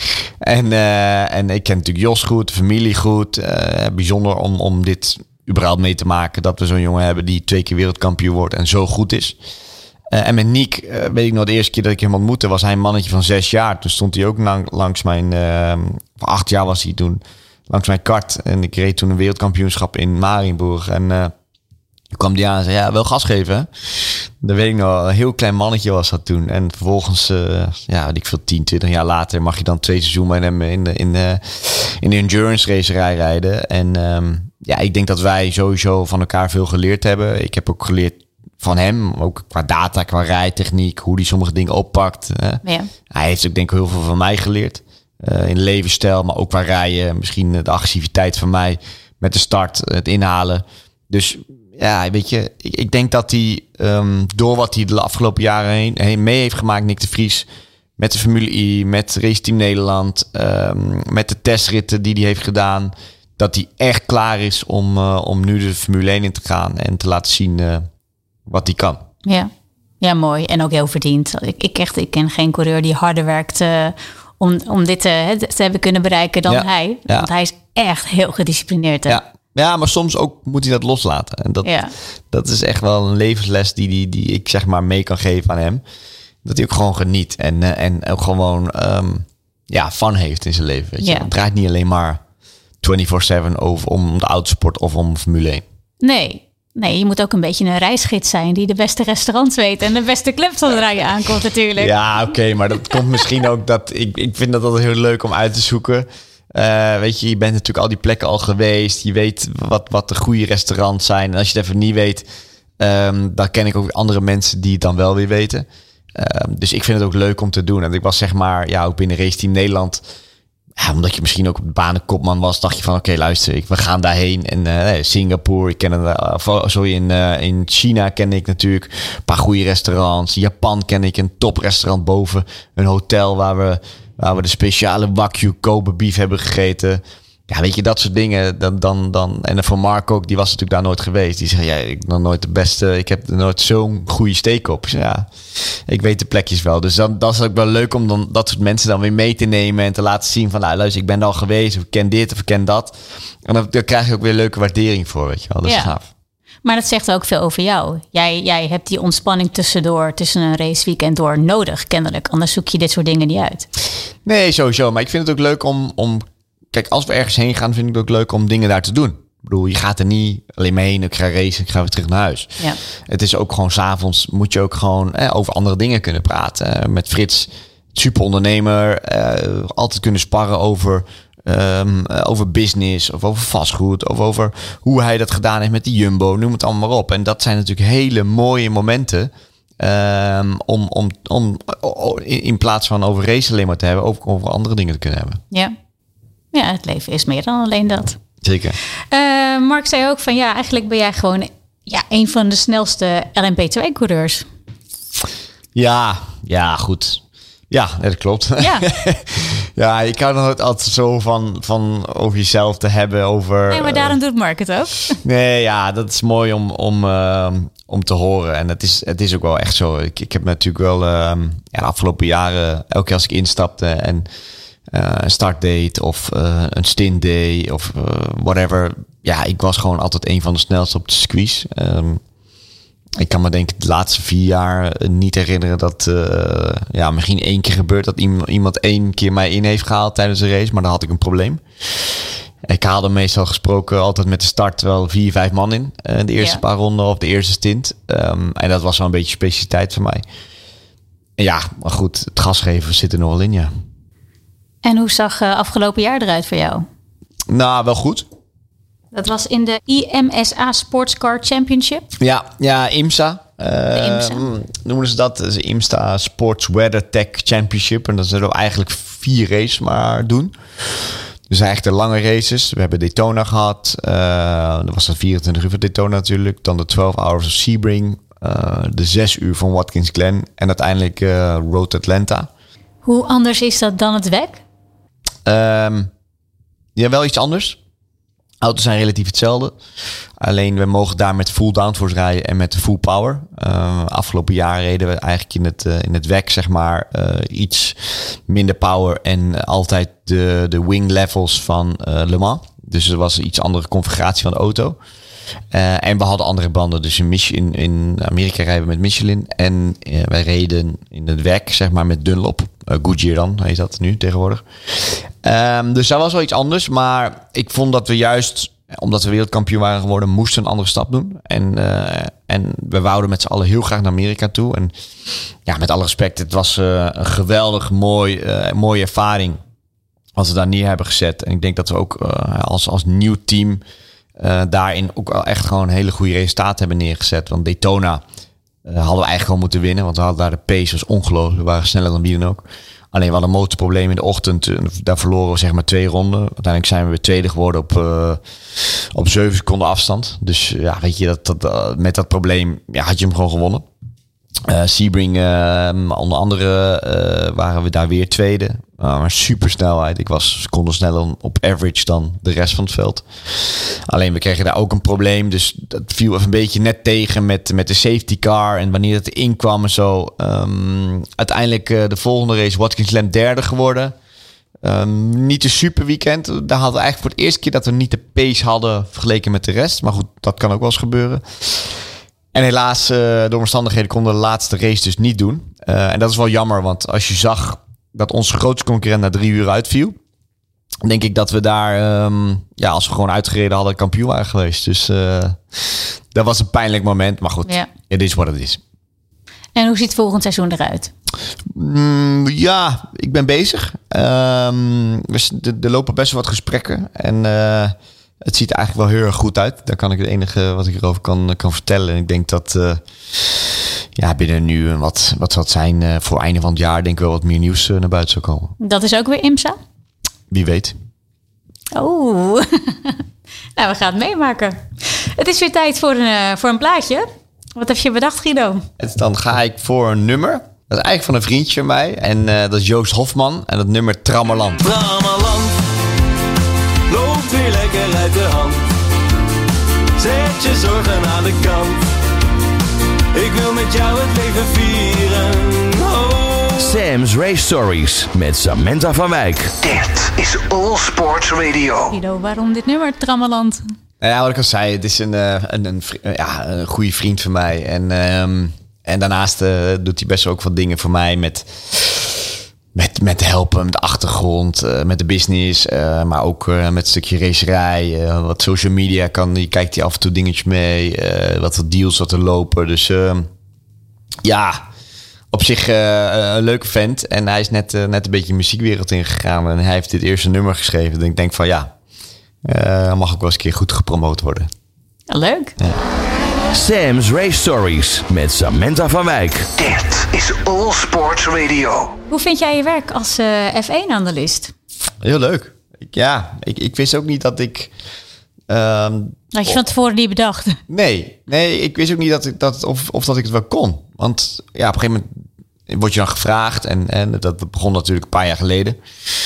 en, uh, en ik ken natuurlijk Jos goed, de familie goed. Uh, bijzonder om, om dit überhaupt mee te maken. Dat we zo'n jongen hebben die twee keer wereldkampioen wordt en zo goed is. Uh, en met Nick, uh, weet ik nog de eerste keer dat ik hem ontmoette, was hij een mannetje van zes jaar. Toen stond hij ook lang, langs mijn, uh, acht jaar was hij toen, langs mijn kart. En ik reed toen een wereldkampioenschap in Marienburg. En uh, toen kwam hij aan en zei, ja, wel gas geven, hè? Dat weet ik nog, een heel klein mannetje was dat toen. En vervolgens, uh, ja, weet ik veel, tien, twintig jaar later mag je dan twee seizoenen met hem in de, in de, in de endurance racerij rijden. En um, ja, ik denk dat wij sowieso van elkaar veel geleerd hebben. Ik heb ook geleerd van hem, ook qua data, qua rijtechniek, hoe hij sommige dingen oppakt. Hè. Ja. Hij heeft ook denk ik heel veel van mij geleerd. Uh, in levensstijl, maar ook qua rijden. Misschien de agressiviteit van mij met de start, het inhalen. Dus ja, weet je, ik, ik denk dat hij um, door wat hij de afgelopen jaren heen, heen mee heeft gemaakt, Nick de Vries, met de Formule I, met Race Team Nederland, um, met de testritten die hij heeft gedaan, dat hij echt klaar is om, uh, om nu de Formule één in te gaan en te laten zien uh, wat hij kan. Ja. Ja, mooi. En ook heel verdiend. Ik, ik, echt, ik ken geen coureur die harder werkt uh, om, om dit uh, te hebben kunnen bereiken dan ja. hij. Ja. Want hij is echt heel gedisciplineerd. Hè? Ja. Ja, maar soms ook moet hij dat loslaten. En dat, ja. dat is echt wel een levensles die, die, die ik zeg maar mee kan geven aan hem. Dat hij ook gewoon geniet en, uh, en ook gewoon um, ja, fun heeft in zijn leven. Weet je? Ja. Het draait niet alleen maar vierentwintig zeven over om de autosport of om Formule één. Nee. Nee, je moet ook een beetje een reisgids zijn die de beste restaurants weet en de beste clubs zodra je aankomt natuurlijk. Ja, oké, okay, maar dat komt misschien ook dat ik, ik vind dat altijd heel leuk om uit te zoeken. Uh, weet je, je bent natuurlijk al die plekken al geweest. Je weet wat, wat de goede restaurants zijn. En als je het even niet weet, um, dan ken ik ook andere mensen die het dan wel weer weten. Um, dus ik vind het ook leuk om te doen. En ik was zeg maar, ja, ook binnen Race Team Nederland. Ja, omdat je misschien ook op de banenkopman was, dacht je van, oké, okay, luister, ik, we gaan daarheen. En uh, Singapore, ik ken het, uh, sorry, in, uh, in China ken ik natuurlijk een paar goede restaurants. Japan ken ik een toprestaurant boven een hotel waar we... waar we de speciale Wagyu Kobe beef hebben gegeten. Ja, weet je, dat soort dingen. Dan, dan, dan, en voor Mark ook, die was natuurlijk daar nooit geweest. Die zegt, ja, ik heb nog nooit de beste... Ik heb er nooit zo'n goede steek op. Dus ja, ik weet de plekjes wel. Dus dan, dat is ook wel leuk om dan dat soort mensen dan weer mee te nemen... en te laten zien van, nou, luister, ik ben er al geweest... of ik ken dit of ik ken dat. En dan, dan krijg je ook weer leuke waardering voor, weet je wel. Dat is ja. gaaf. Maar dat zegt ook veel over jou. Jij, jij hebt die ontspanning tussendoor, tussen een raceweekend door nodig, kennelijk. Anders zoek je dit soort dingen niet uit. Nee, sowieso. Maar ik vind het ook leuk om... om Kijk, als we ergens heen gaan, vind ik het ook leuk om dingen daar te doen. Ik bedoel, je gaat er niet alleen maar heen, ik ga racen, ik ga weer terug naar huis. Ja. Het is ook gewoon 's avonds moet je ook gewoon eh, over andere dingen kunnen praten. Met Frits, super ondernemer, eh, altijd kunnen sparren over, um, over business of over vastgoed. Of over hoe hij dat gedaan heeft met die Jumbo, noem het allemaal maar op. En dat zijn natuurlijk hele mooie momenten. Um, om, om, om in, in plaats van over race alleen maar te hebben, ook over andere dingen te kunnen hebben. Ja. Ja, het leven is meer dan alleen dat. Zeker. Uh, Mark zei ook van ja, eigenlijk ben jij gewoon ja, een van de snelste L M P twee coureurs. Ja, ja, goed. Ja, dat klopt. Ja, ja ik hou er altijd zo van, van over jezelf te hebben. Over, nee, maar daarom uh, doet Mark het ook. Nee, ja, dat is mooi om, om, uh, om te horen. En het is, het is ook wel echt zo. Ik, ik heb natuurlijk wel uh, ja, de afgelopen jaren, elke keer als ik instapte en uh, een startdate of uh, een stintday of uh, whatever. Ja, ik was gewoon altijd een van de snelste op de circuits. Um, Ik kan me denk ik de laatste vier jaar niet herinneren dat uh, ja, misschien één keer gebeurt dat iemand één keer mij in heeft gehaald tijdens de race, maar dan had ik een probleem. Ik haalde meestal gesproken altijd met de start wel vier, vijf man in. Uh, de eerste ja. paar ronden of de eerste stint. Um, en dat was wel een beetje specialiteit voor mij. En ja, maar goed, het gasgeven zit er nog wel in, ja. En hoe zag uh, afgelopen jaar eruit voor jou? Nou, wel goed. Dat was in de I M S A Sports Car Championship? Ja, ja IMSA. Uh, de IMSA. Noemen ze dat? Dat is de IMSA Sports Weather Tech Championship. En dat zullen we eigenlijk vier races maar doen. Dus eigenlijk de lange races. We hebben Daytona gehad. Uh, dat was de vierentwintig uur van Daytona natuurlijk. Dan de twaalf hours of Sebring. Uh, de zes uur van Watkins Glen. En uiteindelijk uh, Road Atlanta. Hoe anders is dat dan het W E C? Um, ja, wel iets anders. Auto's zijn relatief hetzelfde. Alleen we mogen daar met full downforce rijden en met full power. Uh, afgelopen jaar reden we eigenlijk in het, uh, in het W E C zeg maar uh, iets minder power en altijd de, de wing levels van uh, Le Mans. Dus er was een iets andere configuratie van de auto. Uh, en we hadden andere banden. Dus in, Mich- in, in Amerika rijden we met Michelin. En uh, wij reden in het W E C zeg maar met Dunlop. Uh, Goodyear dan, heet dat nu tegenwoordig. Um, dus dat was wel iets anders. Maar ik vond dat we juist, omdat we wereldkampioen waren geworden, moesten een andere stap doen. En, uh, en we wouden met z'n allen heel graag naar Amerika toe. En ja, met alle respect, het was uh, een geweldig mooi, uh, mooie ervaring als we daar neer hebben gezet. En ik denk dat we ook uh, als, als nieuw team uh, daarin ook wel echt gewoon hele goede resultaten hebben neergezet. Want Daytona uh, hadden we eigenlijk gewoon moeten winnen. Want we hadden daar de pace, was ongelooflijk. We waren sneller dan wie dan ook. Alleen we hadden een motorprobleem in de ochtend. Daar verloren we zeg maar twee ronden. Uiteindelijk zijn we weer tweede geworden op, uh, op zeven seconden afstand. Dus ja, weet je, dat, dat, uh, met dat probleem ja, had je hem gewoon gewonnen. Uh, Sebring, uh, onder andere uh, waren we daar weer tweede. Uh, maar super snelheid. Ik was seconden sneller op average dan de rest van het veld. Alleen we kregen daar ook een probleem. Dus dat viel even een beetje net tegen met, met de safety car. En wanneer het erin kwam en zo. Um, uiteindelijk uh, de volgende race Watkins Glen derde geworden. Um, niet een super weekend. Daar hadden we eigenlijk voor het eerste keer dat we niet de pace hadden vergeleken met de rest. Maar goed, dat kan ook wel eens gebeuren. En helaas, uh, door omstandigheden konden we de laatste race dus niet doen. Uh, en dat is wel jammer, want als je zag dat onze grootste concurrent na drie uur uitviel, denk ik dat we daar, um, ja, als we gewoon uitgereden hadden, kampioen waren geweest. Dus uh, dat was een pijnlijk moment. Maar goed, ja. Het is wat het is. En hoe ziet het volgend seizoen eruit? Mm, ja, ik ben bezig. Um, er, er lopen best wel wat gesprekken. En uh, het ziet er eigenlijk wel heel erg goed uit. Daar kan ik het enige wat ik erover kan, kan vertellen. En ik denk dat uh, ja, binnen nu wat, wat zal het zijn uh, voor einde van het jaar denk ik wel wat meer nieuws uh, naar buiten zou komen. Dat is ook weer IMSA? Wie weet. Oh, nou we gaan het meemaken. Het is weer tijd voor een, uh, voor een plaatje. Wat heb je bedacht, Guido? En dan ga ik voor een nummer. Dat is eigenlijk van een vriendje van mij. En uh, dat is Joost Hofman. En dat nummer Trammerland. Trammerland, loop lekker uit de hand. Zet je zorgen aan de kant. Ik wil met jou het leven vieren. Oh. Sam's Race Stories met Samantha van Wijk. Dit is All Sports Radio. Guido, waarom dit nummer, Trammeland? Nou ja, wat ik al zei, het is een, een, een, ja, een goede vriend van mij. En, um, en daarnaast uh, doet hij best wel ook wat dingen voor mij met... Met, met helpen, met de achtergrond, uh, met de business, uh, maar ook uh, met een stukje racerij. Uh, wat social media kan, die kijkt hij af en toe dingetjes mee. Uh, wat wat deals wat er lopen. Dus uh, ja, op zich uh, een leuke vent. En hij is net, uh, net een beetje de muziekwereld ingegaan. En hij heeft dit eerste nummer geschreven. En ik denk van ja, uh, mag ook wel eens een keer goed gepromoot worden. Ja, leuk. Ja. Sam's Race Stories met Samantha van Wijk. Dit is All Sports Radio. Hoe vind jij je werk als uh, F één analist? Heel leuk. Ik, ja, ik, ik wist ook niet dat ik... Um, Had je van tevoren niet bedacht? Nee, nee, ik wist ook niet dat ik dat, of, of dat ik het wel kon. Want ja, op een gegeven moment word je dan gevraagd. En, en dat begon natuurlijk een paar jaar geleden.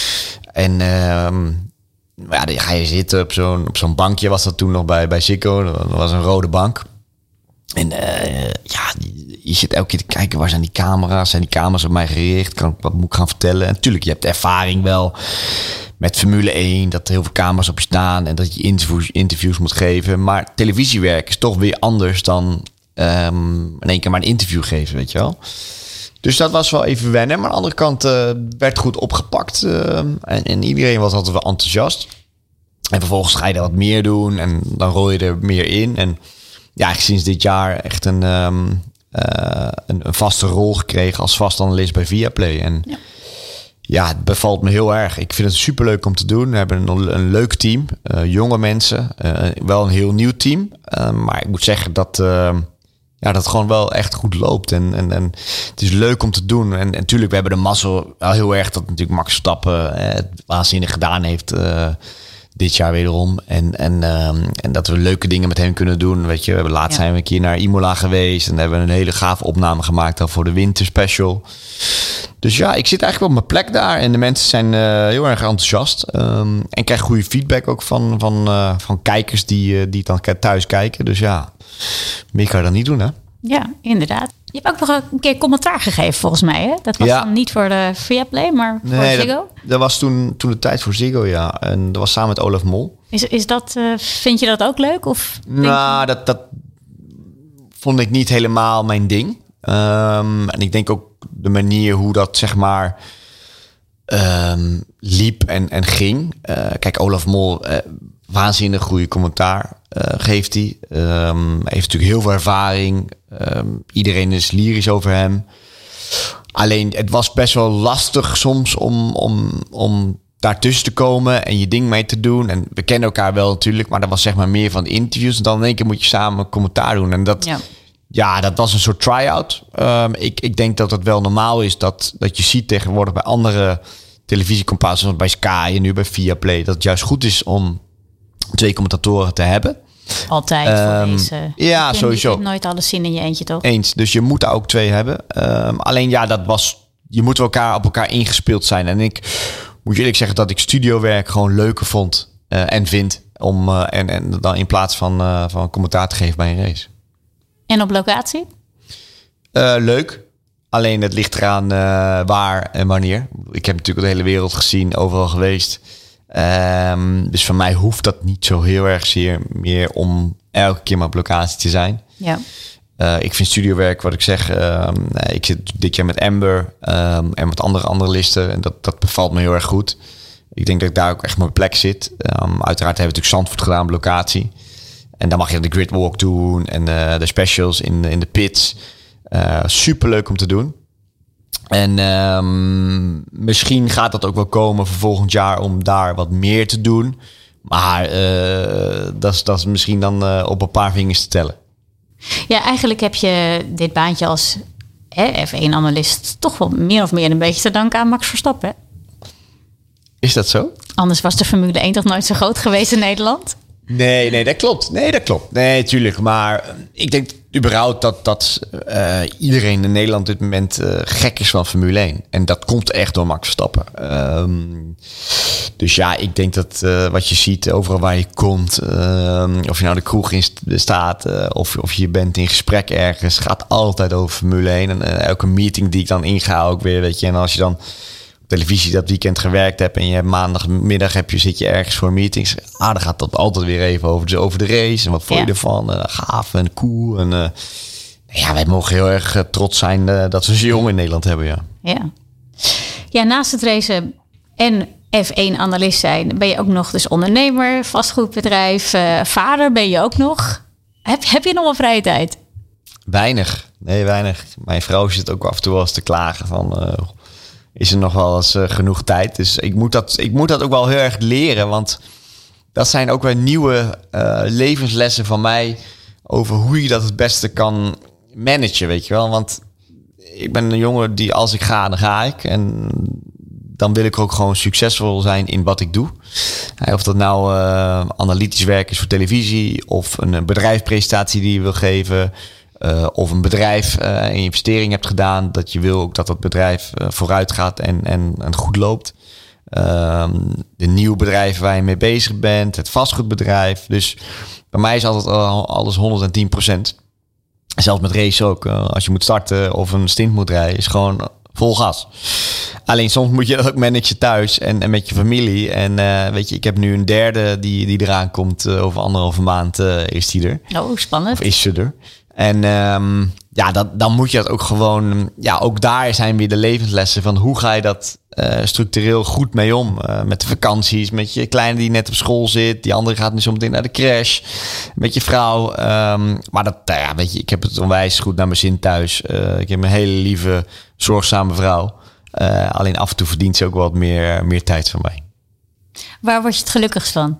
En um, ja, dan ga je zitten op zo'n, op zo'n bankje. Was dat toen nog bij, bij Ziggo. Dat was een rode bank. En uh, ja, je zit elke keer te kijken, waar zijn die camera's? Zijn die camera's op mij gericht? Kan, wat moet ik gaan vertellen? En natuurlijk, je hebt ervaring wel met Formule één, dat er heel veel camera's op je staan en dat je interviews, interviews moet geven. Maar televisiewerk is toch weer anders dan um, in één keer maar een interview geven, weet je wel. Dus dat was wel even wennen. Maar aan de andere kant uh, werd goed opgepakt. Uh, en, en iedereen was altijd wel enthousiast. En vervolgens ga je er wat meer doen en dan rol je er meer in. En ja, eigenlijk sinds dit jaar echt een, um, uh, een, een vaste rol gekregen als vastanalist bij Viaplay. En ja. ja, het bevalt me heel erg. Ik vind het superleuk om te doen. We hebben een, een leuk team, uh, jonge mensen, uh, wel een heel nieuw team. Uh, maar ik moet zeggen dat, uh, ja, dat het gewoon wel echt goed loopt. En, en, en het is leuk om te doen. En, en natuurlijk, we hebben de mazzel wel heel erg dat natuurlijk Max Verstappen uh, het waanzinnig gedaan heeft... Uh, dit jaar wederom. En, en, um, en dat we leuke dingen met hem kunnen doen. Weet je, we hebben laatst ja. zijn we een keer naar Imola geweest. En hebben we een hele gave opname gemaakt al voor de winterspecial. Dus ja, ik zit eigenlijk op mijn plek daar. En de mensen zijn uh, heel erg enthousiast. Um, en krijg goede feedback ook van, van, uh, van kijkers die, uh, die het dan thuis kijken. Dus ja, meer kan je dan niet doen, hè? Ja, inderdaad. Je hebt ook nog een keer commentaar gegeven, volgens mij, hè? Dat was ja. dan niet voor de Viaplay, maar voor nee, Ziggo? Dat, dat was toen, toen de tijd voor Ziggo, ja. En dat was samen met Olaf Mol. Is, is dat, uh, vind je dat ook leuk? Of nou, je... dat, dat vond ik niet helemaal mijn ding. Um, en ik denk ook de manier hoe dat, zeg maar, um, liep en, en ging. Uh, kijk, Olaf Mol... Uh, waanzinnig goede commentaar uh, geeft hij. Um, heeft natuurlijk heel veel ervaring. Um, iedereen is lyrisch over hem. Alleen het was best wel lastig soms om, om, om daartussen te komen en je ding mee te doen. En we kennen elkaar wel natuurlijk, maar dat was zeg maar meer van de interviews. En dan in één keer moet je samen commentaar doen. En dat, ja. ja, dat was een soort try-out. Um, ik, ik denk dat het wel normaal is dat, dat je ziet tegenwoordig bij andere televisiecompagnies, zoals bij Sky en nu bij Viaplay, dat het juist goed is om twee commentatoren te hebben. Altijd um, voor deze. Ja, je sowieso. Je kunt nooit alles zien in je eentje, toch? Eens. Dus je moet er ook twee hebben. Um, alleen ja, dat was... Je moet elkaar op elkaar ingespeeld zijn. En ik moet eerlijk zeggen dat ik studiowerk gewoon leuker vond uh, en vind. Om, uh, en, en dan in plaats van, uh, van commentaar te geven bij een race. En op locatie? Uh, leuk. Alleen het ligt eraan uh, waar en wanneer. Ik heb natuurlijk de hele wereld gezien, overal geweest. Um, dus voor mij hoeft dat niet zo heel erg zeer meer om elke keer maar op locatie te zijn. Ja. Uh, ik vind studiowerk, wat ik zeg, um, ik zit dit jaar met Amber um, en met andere analisten. En dat, dat bevalt me heel erg goed. Ik denk dat ik daar ook echt op mijn plek zit. Um, uiteraard hebben we natuurlijk Zandvoort gedaan op locatie. En dan mag je de gridwalk doen en uh, de specials in, in de pits. Uh, superleuk om te doen. En um, misschien gaat dat ook wel komen voor volgend jaar om daar wat meer te doen. Maar uh, dat is, dat is misschien dan uh, op een paar vingers te tellen. Ja, eigenlijk heb je dit baantje als hè, F één analist toch wel meer of meer een beetje te danken aan Max Verstappen. Hè? Is dat zo? Anders was de Formule één toch nooit zo groot geweest in Nederland? Nee, nee, dat klopt. Nee, dat klopt. Nee, tuurlijk. Maar ik denk überhaupt dat, dat uh, iedereen in Nederland op dit moment uh, gek is van Formule één. En dat komt echt door Max Verstappen. Um, Dus ja, ik denk dat uh, wat je ziet overal waar je komt, uh, of je nou de kroeg in st- staat, uh, of, of je bent in gesprek ergens, gaat altijd over Formule één. En uh, elke meeting die ik dan inga ook weer, weet je. En als je dan op televisie dat weekend gewerkt hebt en je hebt maandagmiddag heb je, zit je ergens voor meetings. Ah, dan gaat dat altijd weer even over de, over de race. En wat vond je ja. ervan? Uh, gaaf en cool. En uh, ja, wij mogen heel erg uh, trots zijn uh, dat we zo'n jongen in Nederland hebben, ja. Ja, ja, naast het racen en F één analist zijn, ben je ook nog dus ondernemer, vastgoedbedrijf, uh, vader ben je ook nog. Heb, heb je nog wel vrije tijd? Weinig. Nee, weinig. Mijn vrouw zit ook af en toe wel eens te klagen van, uh, is er nog wel eens uh, genoeg tijd? Dus ik moet, dat, ik moet dat ook wel heel erg leren, want dat zijn ook weer nieuwe uh, levenslessen van mij over hoe je dat het beste kan managen, weet je wel. Want ik ben een jongen die als ik ga, dan ga ik. En dan wil ik ook gewoon succesvol zijn in wat ik doe. Of dat nou uh, analytisch werk is voor televisie, of een bedrijfspresentatie die je wil geven, uh, of een bedrijf uh, een investering hebt gedaan, dat je wil ook dat dat bedrijf uh, vooruit gaat en, en, en goed loopt. Uh, de nieuwe bedrijven waar je mee bezig bent, het vastgoedbedrijf. Dus bij mij is altijd uh, alles honderdtien procent. Zelfs met race ook. Uh, als je moet starten of een stint moet rijden, is gewoon vol gas. Alleen soms moet je dat ook managen thuis en, en met je familie. En uh, weet je, ik heb nu een derde die, die eraan komt. Uh, over anderhalve maand uh, is die er. Oh, spannend. Of is ze er. En um, ja, dat, dan moet je dat ook gewoon... Ja, ook daar zijn weer de levenslessen van hoe ga je dat uh, structureel goed mee om. Uh, met de vakanties, met je kleine die net op school zit. Die andere gaat nu zo meteen naar de crash. Met je vrouw. Um, maar dat, ja, weet je, ik heb het onwijs goed naar mijn zin thuis. Uh, ik heb een hele lieve, zorgzame vrouw. Uh, alleen af en toe verdient ze ook wat meer, meer tijd van mij. Waar word je het gelukkigst van?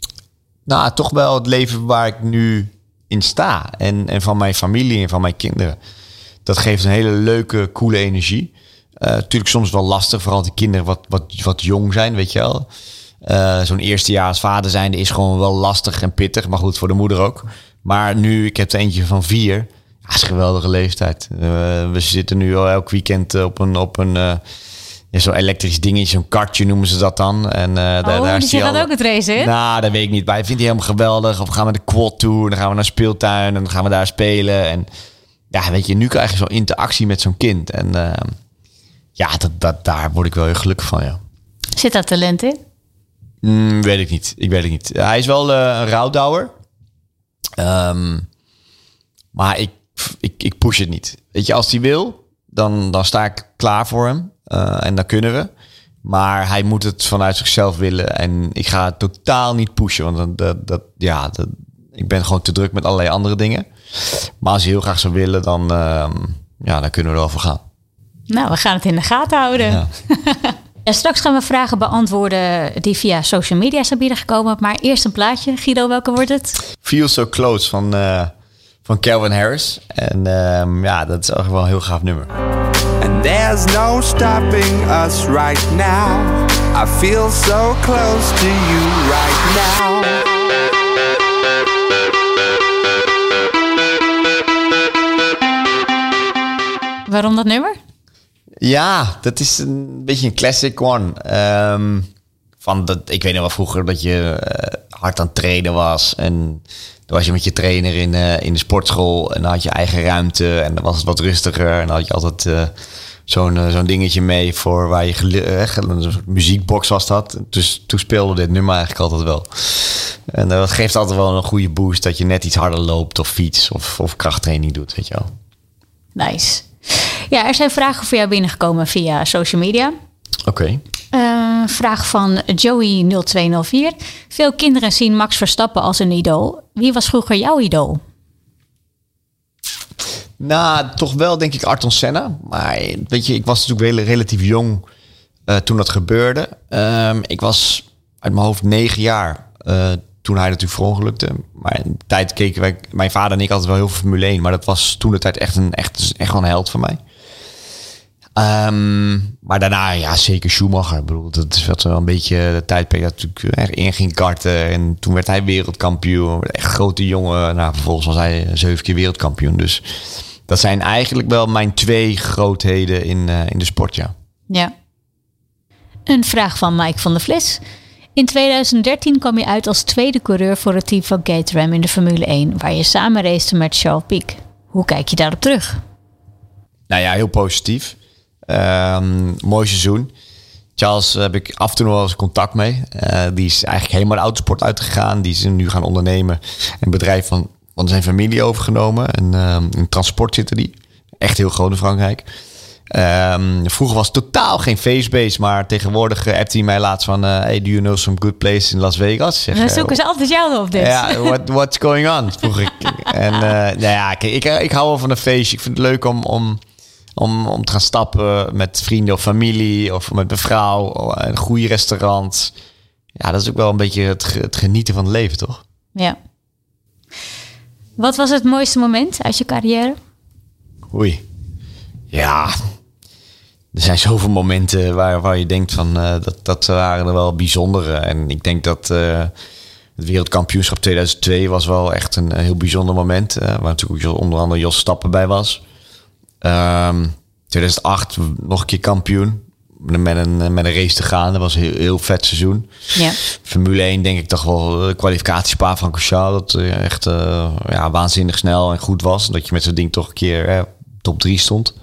Nou, toch wel het leven waar ik nu in sta. En, en van mijn familie en van mijn kinderen. Dat geeft een hele leuke, coole energie. Uh, natuurlijk soms wel lastig, vooral die kinderen wat, wat, wat jong zijn, weet je wel. Uh, zo'n eerste jaar als vader zijnde is gewoon wel lastig en pittig. Maar goed, voor de moeder ook. Maar nu, ik heb er eentje van vier. Ja, dat is een geweldige leeftijd. Uh, we zitten nu al elk weekend op een... Op een uh, ja, zo'n elektrisch dingetje, zo'n kartje noemen ze dat dan. En, uh, oh, daar, daar dus je gaat al... ook het racen, hè? Nou, dat weet ik niet. Maar hij vindt hij helemaal geweldig. Of we gaan met de quad toe, en dan gaan we naar speeltuin en dan gaan we daar spelen. En ja, weet je, nu krijg je zo'n interactie met zo'n kind. En uh, ja, dat, dat, daar word ik wel heel gelukkig van, ja. Zit daar talent in? Mm, weet ik niet. Ik weet het niet. Hij is wel uh, een rouwdouwer. Um, maar ik, ik, ik push het niet. Weet je, als hij wil, dan, dan sta ik klaar voor hem. Uh, en dan kunnen we. Maar hij moet het vanuit zichzelf willen. En ik ga het totaal niet pushen. Want dat, dat, dat, ja, dat, ik ben gewoon te druk met allerlei andere dingen. Maar als hij heel graag zou willen, dan, uh, ja, dan kunnen we er wel voor gaan. Nou, we gaan het in de gaten houden. Ja. Ja, straks gaan we vragen beantwoorden die via social media zijn binnengekomen. Maar eerst een plaatje. Guido, welke wordt het? Feel So Close van, uh, van Calvin Harris. En uh, ja, dat is echt wel een heel gaaf nummer. And there's no stopping us right now. I feel so close to you right now. Waarom dat nummer? Ja, dat is een beetje een classic one. Um, van dat, ik weet nog wel vroeger dat je uh, hard aan het trainen was. En dan was je met je trainer in, uh, in de sportschool. En dan had je eigen ruimte. En dan was het wat rustiger. En dan had je altijd uh, zo'n, uh, zo'n dingetje mee voor waar je gel- uh, een soort muziekbox was dat. Dus toen speelde dit nummer eigenlijk altijd wel. En uh, dat geeft altijd wel een goede boost dat je net iets harder loopt of fiets of, of krachttraining doet, weet je wel. Nice. Ja, er zijn vragen voor jou binnengekomen via social media. Oké. Okay. Uh, vraag van Joey nul twee nul vier. Veel kinderen zien Max Verstappen als een idool. Wie was vroeger jouw idool? Nou, toch wel denk ik Ayrton Senna. Maar weet je, ik was natuurlijk wel relatief jong uh, toen dat gebeurde. Um, ik was uit mijn hoofd negen jaar uh, toen hij natuurlijk verongelukte. Maar in de tijd keken wij, mijn vader en ik altijd wel heel veel Formule één. Maar dat was toen de tijd echt een echt, echt wel een held voor mij. Um, maar daarna, ja, zeker Schumacher. Ik bedoel, dat is wel een beetje de tijdperk dat natuurlijk echt in ging karten. En toen werd hij wereldkampioen. Echt grote jongen. Nou, vervolgens was hij zeven keer wereldkampioen. Dus dat zijn eigenlijk wel mijn twee grootheden in, uh, in de sport, ja. Ja. Een vraag van Mike van der Vlis. In tweeduizend dertien kwam je uit als tweede coureur voor het team van Caterham in de Formule één, waar je samen racete met Charles Pic. Hoe kijk je daarop terug? Nou ja, heel positief. Um, mooi seizoen. Charles heb ik af en toe nog wel eens contact mee. Uh, die is eigenlijk helemaal de autosport uitgegaan. Die is nu gaan ondernemen. Een bedrijf van, van zijn familie overgenomen. En um, in transport zitten die. Echt heel groot in Frankrijk. Um, vroeger was het totaal geen facebase, maar tegenwoordig uh, appte hij mij laatst van... Uh, hey, do you know some good places in Las Vegas? Zeg, Dan zoeken ze altijd jou op dit. Ja, what, what's going on? Vroeg ik. En uh, nou ja, kijk, ik, ik hou wel van een feestje. Ik vind het leuk om, om, om, om te gaan stappen met vrienden of familie... of met mijn vrouw, een goede restaurant. Ja, dat is ook wel een beetje het, het genieten van het leven, toch? Ja. Wat was het mooiste moment uit je carrière? Oei. Ja, er zijn zoveel momenten waar, waar je denkt van uh, dat, dat waren er wel bijzondere. En ik denk dat uh, het wereldkampioenschap tweeduizend twee was wel echt een, een heel bijzonder moment. Uh, waar natuurlijk ook onder andere Jos Stappen bij was. Um, tweeduizend acht nog een keer kampioen. Met een, met een race te gaan. Dat was een heel, heel vet seizoen. Ja. Formule één denk ik toch wel de kwalificatie Spa-Francorchamps. Dat uh, echt uh, ja, waanzinnig snel en goed was. Dat je met zo'n ding toch een keer uh, top drie stond.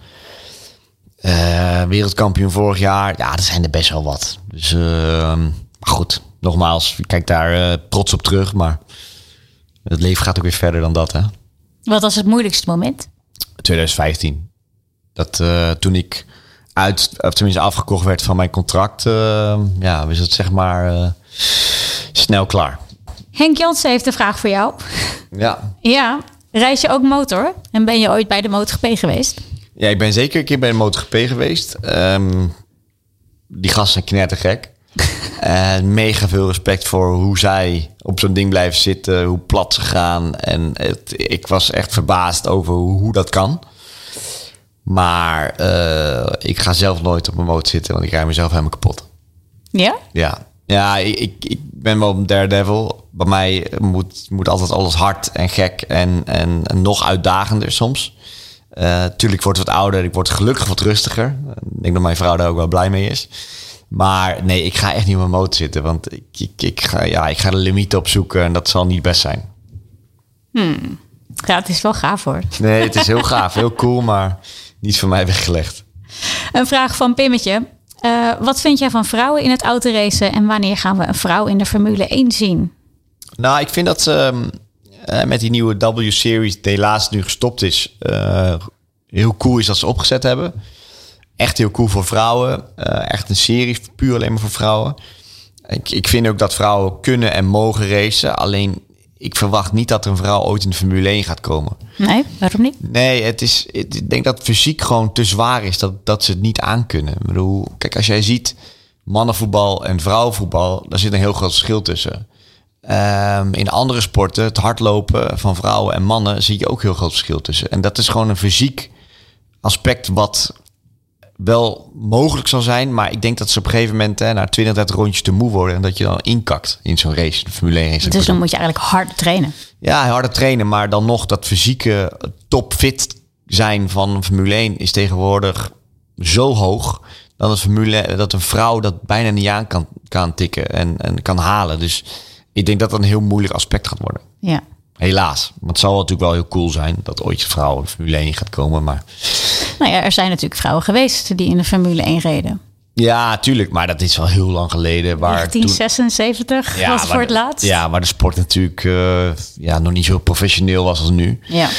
Uh, wereldkampioen vorig jaar. Ja, er zijn er best wel wat. Dus uh, maar goed, nogmaals, ik kijk daar uh, trots op terug. Maar het leven gaat ook weer verder dan dat, hè. Wat was het moeilijkste moment? tweeduizend vijftien. Dat uh, toen ik uit, of tenminste afgekocht werd van mijn contract. Uh, ja, was het zeg maar uh, snel klaar. Henk Jansen heeft een vraag voor jou. Ja. Ja, reis je ook motor? En ben je ooit bij de MotoGP geweest? Ja, ik ben zeker een keer bij de MotoGP geweest. Um, die gasten zijn knettergek. En mega veel respect voor hoe zij op zo'n ding blijven zitten. Hoe plat ze gaan. En het, ik was echt verbaasd over hoe, hoe dat kan. Maar uh, ik ga zelf nooit op mijn motor zitten. Want ik rij mezelf helemaal kapot. Ja? Ja. Ja, ik, ik, ik ben wel een daredevil. Bij mij moet, moet altijd alles hard en gek. En, en, en nog uitdagender soms. Uh, tuurlijk wordt het wat ouder. Ik word gelukkig wat rustiger. Ik denk dat mijn vrouw daar ook wel blij mee is. Maar nee, ik ga echt niet op mijn motor zitten. Want ik, ik, ik, ga, ja, ik ga de limieten opzoeken. En dat zal niet best zijn. Hmm. Ja, het is wel gaaf hoor. Nee, het is heel gaaf. Heel cool, maar niet voor mij weggelegd. Een vraag van Pimmetje. Uh, wat vind jij van vrouwen in het autoracen? En wanneer gaan we een vrouw in de Formule één zien? Nou, ik vind dat um, uh, met die nieuwe W-series... die helaas nu gestopt is... Uh, heel cool is dat ze opgezet hebben. Echt heel cool voor vrouwen. Uh, echt een serie puur alleen maar voor vrouwen. Ik, ik vind ook dat vrouwen kunnen en mogen racen. Alleen, ik verwacht niet dat er een vrouw ooit in de Formule één gaat komen. Nee, waarom niet? Nee, het is, het, ik denk dat fysiek gewoon te zwaar is. Dat, dat ze het niet aankunnen. Ik bedoel, kijk, als jij ziet mannenvoetbal en vrouwenvoetbal... daar zit een heel groot verschil tussen. Um, in andere sporten, het hardlopen van vrouwen en mannen... zie je ook heel groot verschil tussen. En dat is gewoon een fysiek aspect wat wel mogelijk zal zijn. Maar ik denk dat ze op een gegeven moment hè, na twintig, dertig rondjes te moe worden... en dat je dan inkakt in zo'n race, de Formule één race. Dus dan moet je eigenlijk harder trainen. Ja, harder trainen, maar dan nog dat fysieke topfit zijn van Formule één... is tegenwoordig zo hoog dat, het Formule, dat een vrouw dat bijna niet aan kan, kan tikken en, en kan halen. Dus ik denk dat dat een heel moeilijk aspect gaat worden. Ja. Helaas. Want het zal natuurlijk wel heel cool zijn dat ooit een vrouw in de Formule één gaat komen. Maar nou ja, er zijn natuurlijk vrouwen geweest die in de Formule één reden. ja, tuurlijk. Maar dat is wel heel lang geleden. Waar negentien zesenzeventig toen, ja, was het voor het de, laatst. Ja, waar de sport natuurlijk uh, ja, nog niet zo professioneel was als nu. Ja.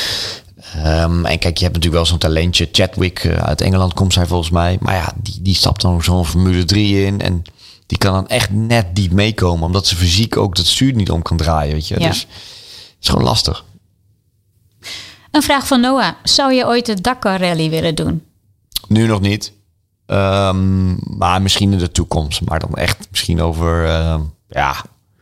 Um, en kijk, je hebt natuurlijk wel zo'n talentje. Chadwick uh, uit Engeland komt zij volgens mij. Maar ja, die, die stapt dan zo'n Formule drie in. En die kan dan echt net diep meekomen. Omdat ze fysiek ook dat stuur niet om kan draaien. Weet je? Ja. Dus het is gewoon lastig. Een vraag van Noah. Zou je ooit de Dakar Rally willen doen? Nu nog niet. Um, maar misschien in de toekomst. Maar dan echt misschien over uh, ja,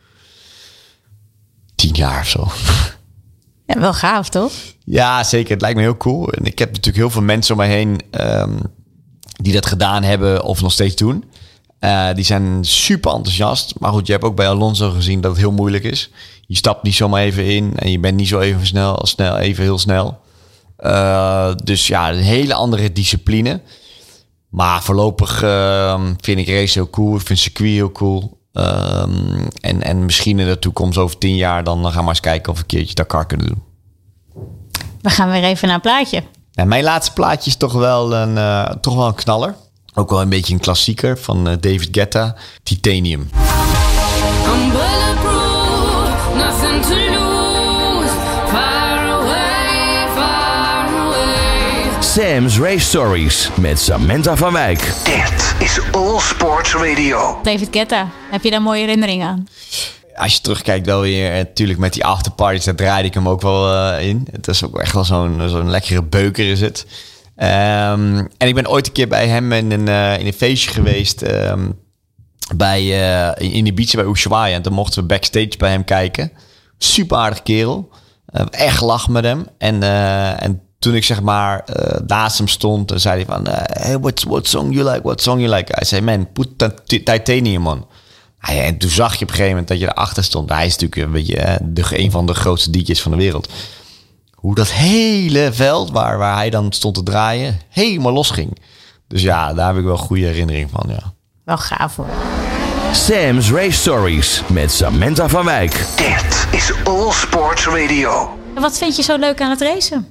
tien jaar of zo. Ja, wel gaaf, toch? Ja, zeker. Het lijkt me heel cool. En ik heb natuurlijk heel veel mensen om mij heen um, die dat gedaan hebben of nog steeds doen. Uh, die zijn super enthousiast. Maar goed, je hebt ook bij Alonso gezien dat het heel moeilijk is. Je stapt niet zomaar even in en je bent niet zo even snel, snel even heel snel. Uh, dus ja, een hele andere discipline. Maar voorlopig uh, vind ik race heel cool. Ik vind circuit heel cool. Um, en, en misschien in de toekomst over tien jaar... dan gaan we maar eens kijken of we een keertje Dakar kunnen doen. We gaan weer even naar een plaatje. Ja, mijn laatste plaatje is toch wel een, uh, toch wel een knaller. Ook wel een beetje een klassieker van uh, David Guetta. Titanium. I'm bulletproof, nothing to lose. Far away, far away. Sam's Race Stories met Samantha van Wijk. Dit is All Sports Radio. David Guetta, heb je daar mooie herinneringen aan? Als je terugkijkt wel weer, natuurlijk met die afterparties, daar draaide ik hem ook wel uh, in. Het is ook echt wel zo'n, zo'n lekkere beuker is het. Um, en ik ben ooit een keer bij hem in een, uh, in een feestje geweest... Um, bij, uh, in Ibiza bij Ushuaia. En toen mochten we backstage bij hem kijken. Super aardig kerel. Uh, echt lachen met hem. En, uh, en toen ik zeg maar uh, naast hem stond, dan zei hij van... Uh, hey, what, what song you like? What song you like? Hij zei, man, put Titanium on. Ah, ja, en toen zag je op een gegeven moment dat je erachter stond. Hij is natuurlijk een beetje uh, de, een van de grootste D J's van de wereld. Hoe dat hele veld waar, waar hij dan stond te draaien, helemaal losging. Dus ja, daar heb ik wel een goede herinnering van, ja. Wel gaaf hoor. Sam's Race Stories met Samantha van Wijk. Dit is All Sports Radio. En wat vind je zo leuk aan het racen?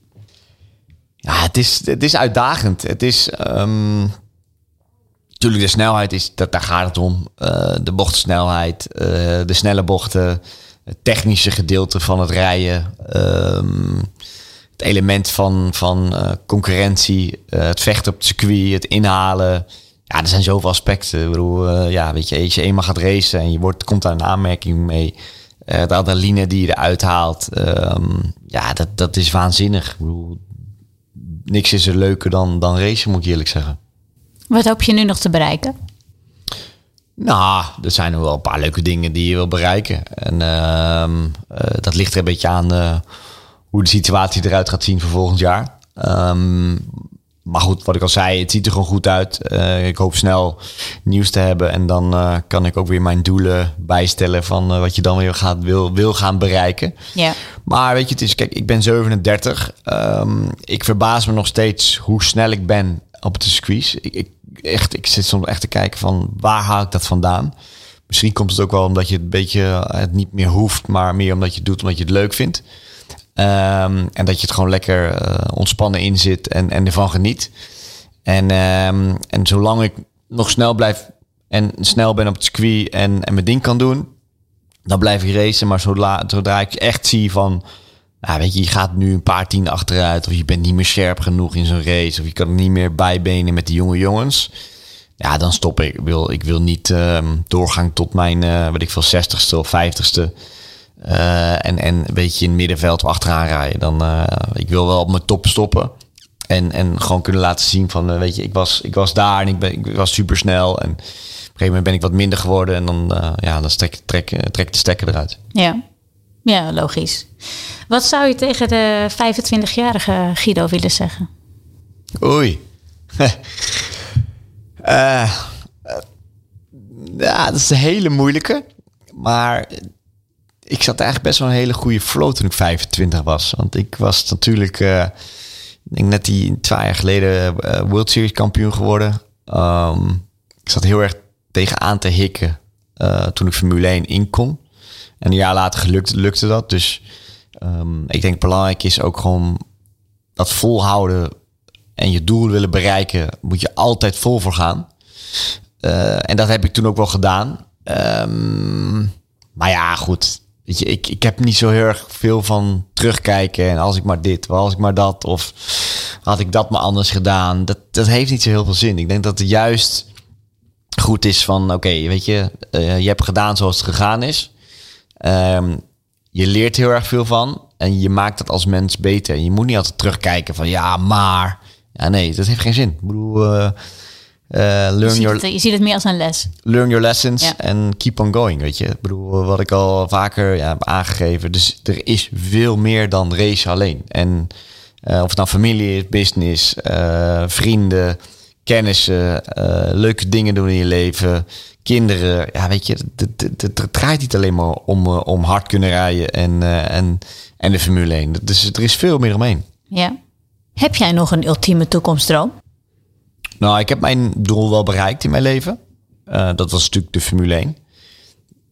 Ja, het is, het is uitdagend. Het is... Um, natuurlijk, de snelheid, is, dat, daar gaat het om. Uh, de bochtensnelheid, uh, de snelle bochten... het technische gedeelte van het rijden... Um, het element van, van uh, concurrentie... Uh, het vechten op het circuit, het inhalen... Ja, er zijn zoveel aspecten. Ik bedoel, uh, ja, weet je, als je eenmaal gaat racen en je wordt, komt daar een aanmerking mee. Uh, de adrenaline die je eruit haalt. Um, ja, dat, dat is waanzinnig. Ik bedoel, niks is er leuker dan, dan racen, moet ik eerlijk zeggen. Wat hoop je nu nog te bereiken? Nou, er zijn nog wel een paar leuke dingen die je wil bereiken. En uh, uh, dat ligt er een beetje aan uh, hoe de situatie eruit gaat zien voor volgend jaar. Um, Maar goed, wat ik al zei, het ziet er gewoon goed uit. Uh, ik hoop snel nieuws te hebben. En dan uh, kan ik ook weer mijn doelen bijstellen van uh, wat je dan weer gaat, wil, wil gaan bereiken. Ja. Maar weet je, het is, kijk, ik ben zevenendertig. Um, ik verbaas me nog steeds hoe snel ik ben op de circuits. Ik, ik, echt, ik zit soms echt te kijken van waar haal ik dat vandaan? Misschien komt het ook wel omdat je het een beetje het niet meer hoeft, maar meer omdat je het doet omdat je het leuk vindt. Um, en dat je het gewoon lekker uh, ontspannen in zit en, en ervan geniet. En, um, en zolang ik nog snel blijf en snel ben op het circuit en, en mijn ding kan doen, dan blijf ik racen. Maar zodra, zodra ik echt zie van, nou weet je, je gaat nu een paar tien achteruit, of je bent niet meer scherp genoeg in zo'n race, of je kan er niet meer bijbenen met die jonge jongens, ja, dan stop ik. Ik wil, ik wil niet um, doorgaan tot mijn, uh, weet ik veel, zestigste of vijftigste. Uh, en, en een beetje in het middenveld achteraan rijden. Dan, uh, ik wil wel op mijn top stoppen. En, en gewoon kunnen laten zien van, uh, weet je, ik was, ik was daar en ik, ben, ik was super snel. En op een gegeven moment ben ik wat minder geworden. En dan, uh, ja, dan trek, trek, trek de stekker eruit. Ja. Ja, logisch. Wat zou je tegen de vijfentwintigjarige Guido willen zeggen? Oei. uh, uh, ja, dat is een hele moeilijke. Maar ik zat eigenlijk best wel een hele goede flow toen ik vijfentwintig was. Want ik was natuurlijk, uh, ik denk net die twee jaar geleden uh, World Series kampioen geworden. Um, ik zat heel erg tegenaan te hikken uh, toen ik Formule één in kon. En een jaar later gelukte, lukte dat. Dus um, ik denk belangrijk is ook gewoon dat volhouden en je doel willen bereiken. Moet je altijd vol voor gaan. Uh, en dat heb ik toen ook wel gedaan. Um, maar ja, goed. Weet je, ik, ik heb niet zo heel erg veel van terugkijken. En als ik maar dit, of als ik maar dat. Of had ik dat maar anders gedaan. Dat, dat heeft niet zo heel veel zin. Ik denk dat het juist goed is van, oké, okay, weet je, uh, je hebt gedaan zoals het gegaan is. Um, je leert heel erg veel van. En je maakt het als mens beter. En je moet niet altijd terugkijken van, ja, maar. Ja, nee, dat heeft geen zin. Ik bedoel, uh, Uh, learn je, ziet your, het, je ziet het meer als een les. Learn your lessons en ja. keep on going, weet je. Ik bedoel, wat ik al vaker ja, heb aangegeven. Dus er is veel meer dan race alleen. En uh, of het nou familie is, business, uh, vrienden, kennissen, uh, leuke dingen doen in je leven, kinderen. Ja, weet je, het draait niet alleen maar om, uh, om hard kunnen rijden en, uh, en, en de Formule één. Dus er is veel meer omheen. Ja. Heb jij nog een ultieme toekomstdroom? Nou, ik heb mijn doel wel bereikt in mijn leven. Uh, dat was natuurlijk de Formule één.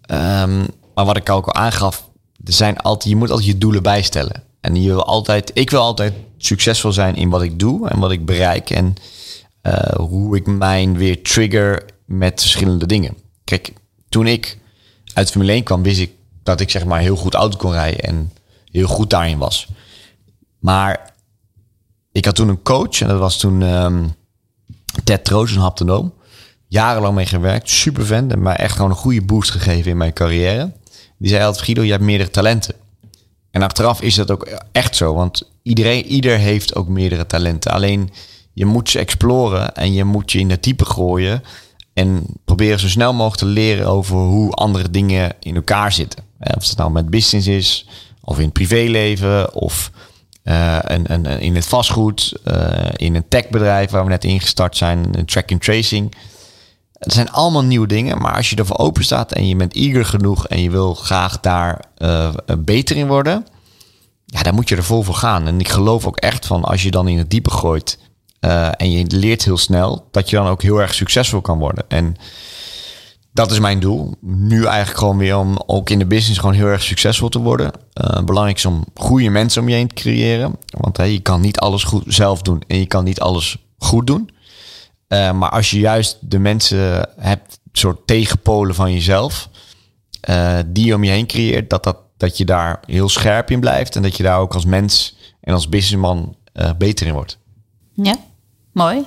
Um, maar wat ik ook al aangaf, er zijn altijd, je moet altijd je doelen bijstellen. En je wil altijd, ik wil altijd succesvol zijn in wat ik doe en wat ik bereik. En uh, hoe ik mijn weer trigger met verschillende dingen. Kijk, toen ik uit Formule één kwam, wist ik dat ik zeg maar heel goed auto kon rijden en heel goed daarin was. Maar ik had toen een coach en dat was toen um, Ted Troost, een haptonoom. Jarenlang mee gewerkt, super fan. En mij echt gewoon een goede boost gegeven in mijn carrière. Die zei altijd, Guido, je hebt meerdere talenten. En achteraf is dat ook echt zo. Want iedereen, ieder heeft ook meerdere talenten. Alleen je moet ze exploren en je moet je in het diepe gooien. En proberen zo snel mogelijk te leren over hoe andere dingen in elkaar zitten. Of het nou met business is, of in het privéleven, of uh, een, een, in het vastgoed, uh, in een techbedrijf waar we net ingestart zijn, een track and tracing. Het zijn allemaal nieuwe dingen, maar als je ervoor open staat en je bent eager genoeg en je wil graag daar uh, beter in worden, ja, dan moet je er vol voor gaan. En ik geloof ook echt van als je dan in het diepe gooit uh, en je leert heel snel, dat je dan ook heel erg succesvol kan worden. En dat is mijn doel. Nu eigenlijk gewoon weer om ook in de business gewoon heel erg succesvol te worden. Uh, belangrijk is om goede mensen om je heen te creëren. Want hey, je kan niet alles goed zelf doen en je kan niet alles goed doen. Uh, maar als je juist de mensen hebt, soort tegenpolen van jezelf, uh, die je om je heen creëert, dat, dat, dat je daar heel scherp in blijft en dat je daar ook als mens en als businessman uh, beter in wordt. Ja, mooi.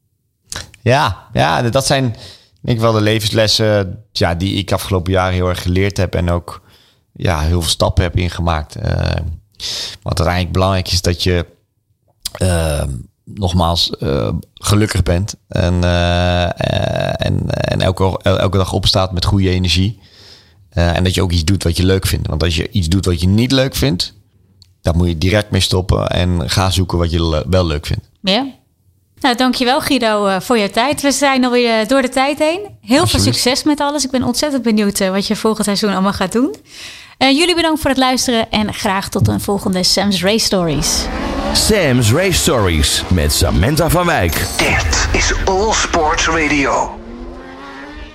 Ja, ja, dat zijn denk ik wel de levenslessen ja, die ik afgelopen jaren heel erg geleerd heb en ook ja, heel veel stappen heb ingemaakt. Uh, wat uiteindelijk belangrijk is dat je Uh, nogmaals, uh, gelukkig bent. En, uh, uh, en, en elke, elke dag opstaat met goede energie. Uh, en dat je ook iets doet wat je leuk vindt. Want als je iets doet wat je niet leuk vindt, dan moet je direct mee stoppen en ga zoeken wat je wel leuk vindt. Ja. Nou, dankjewel Guido uh, voor je tijd. We zijn alweer uh, door de tijd heen. Heel veel succes met alles. Ik ben ontzettend benieuwd uh, wat je volgend seizoen allemaal gaat doen. Uh, jullie bedankt voor het luisteren en graag tot een volgende Sam's Race Stories. Sam's Race Stories met Samantha van Wijk. Dit is All Sports Radio.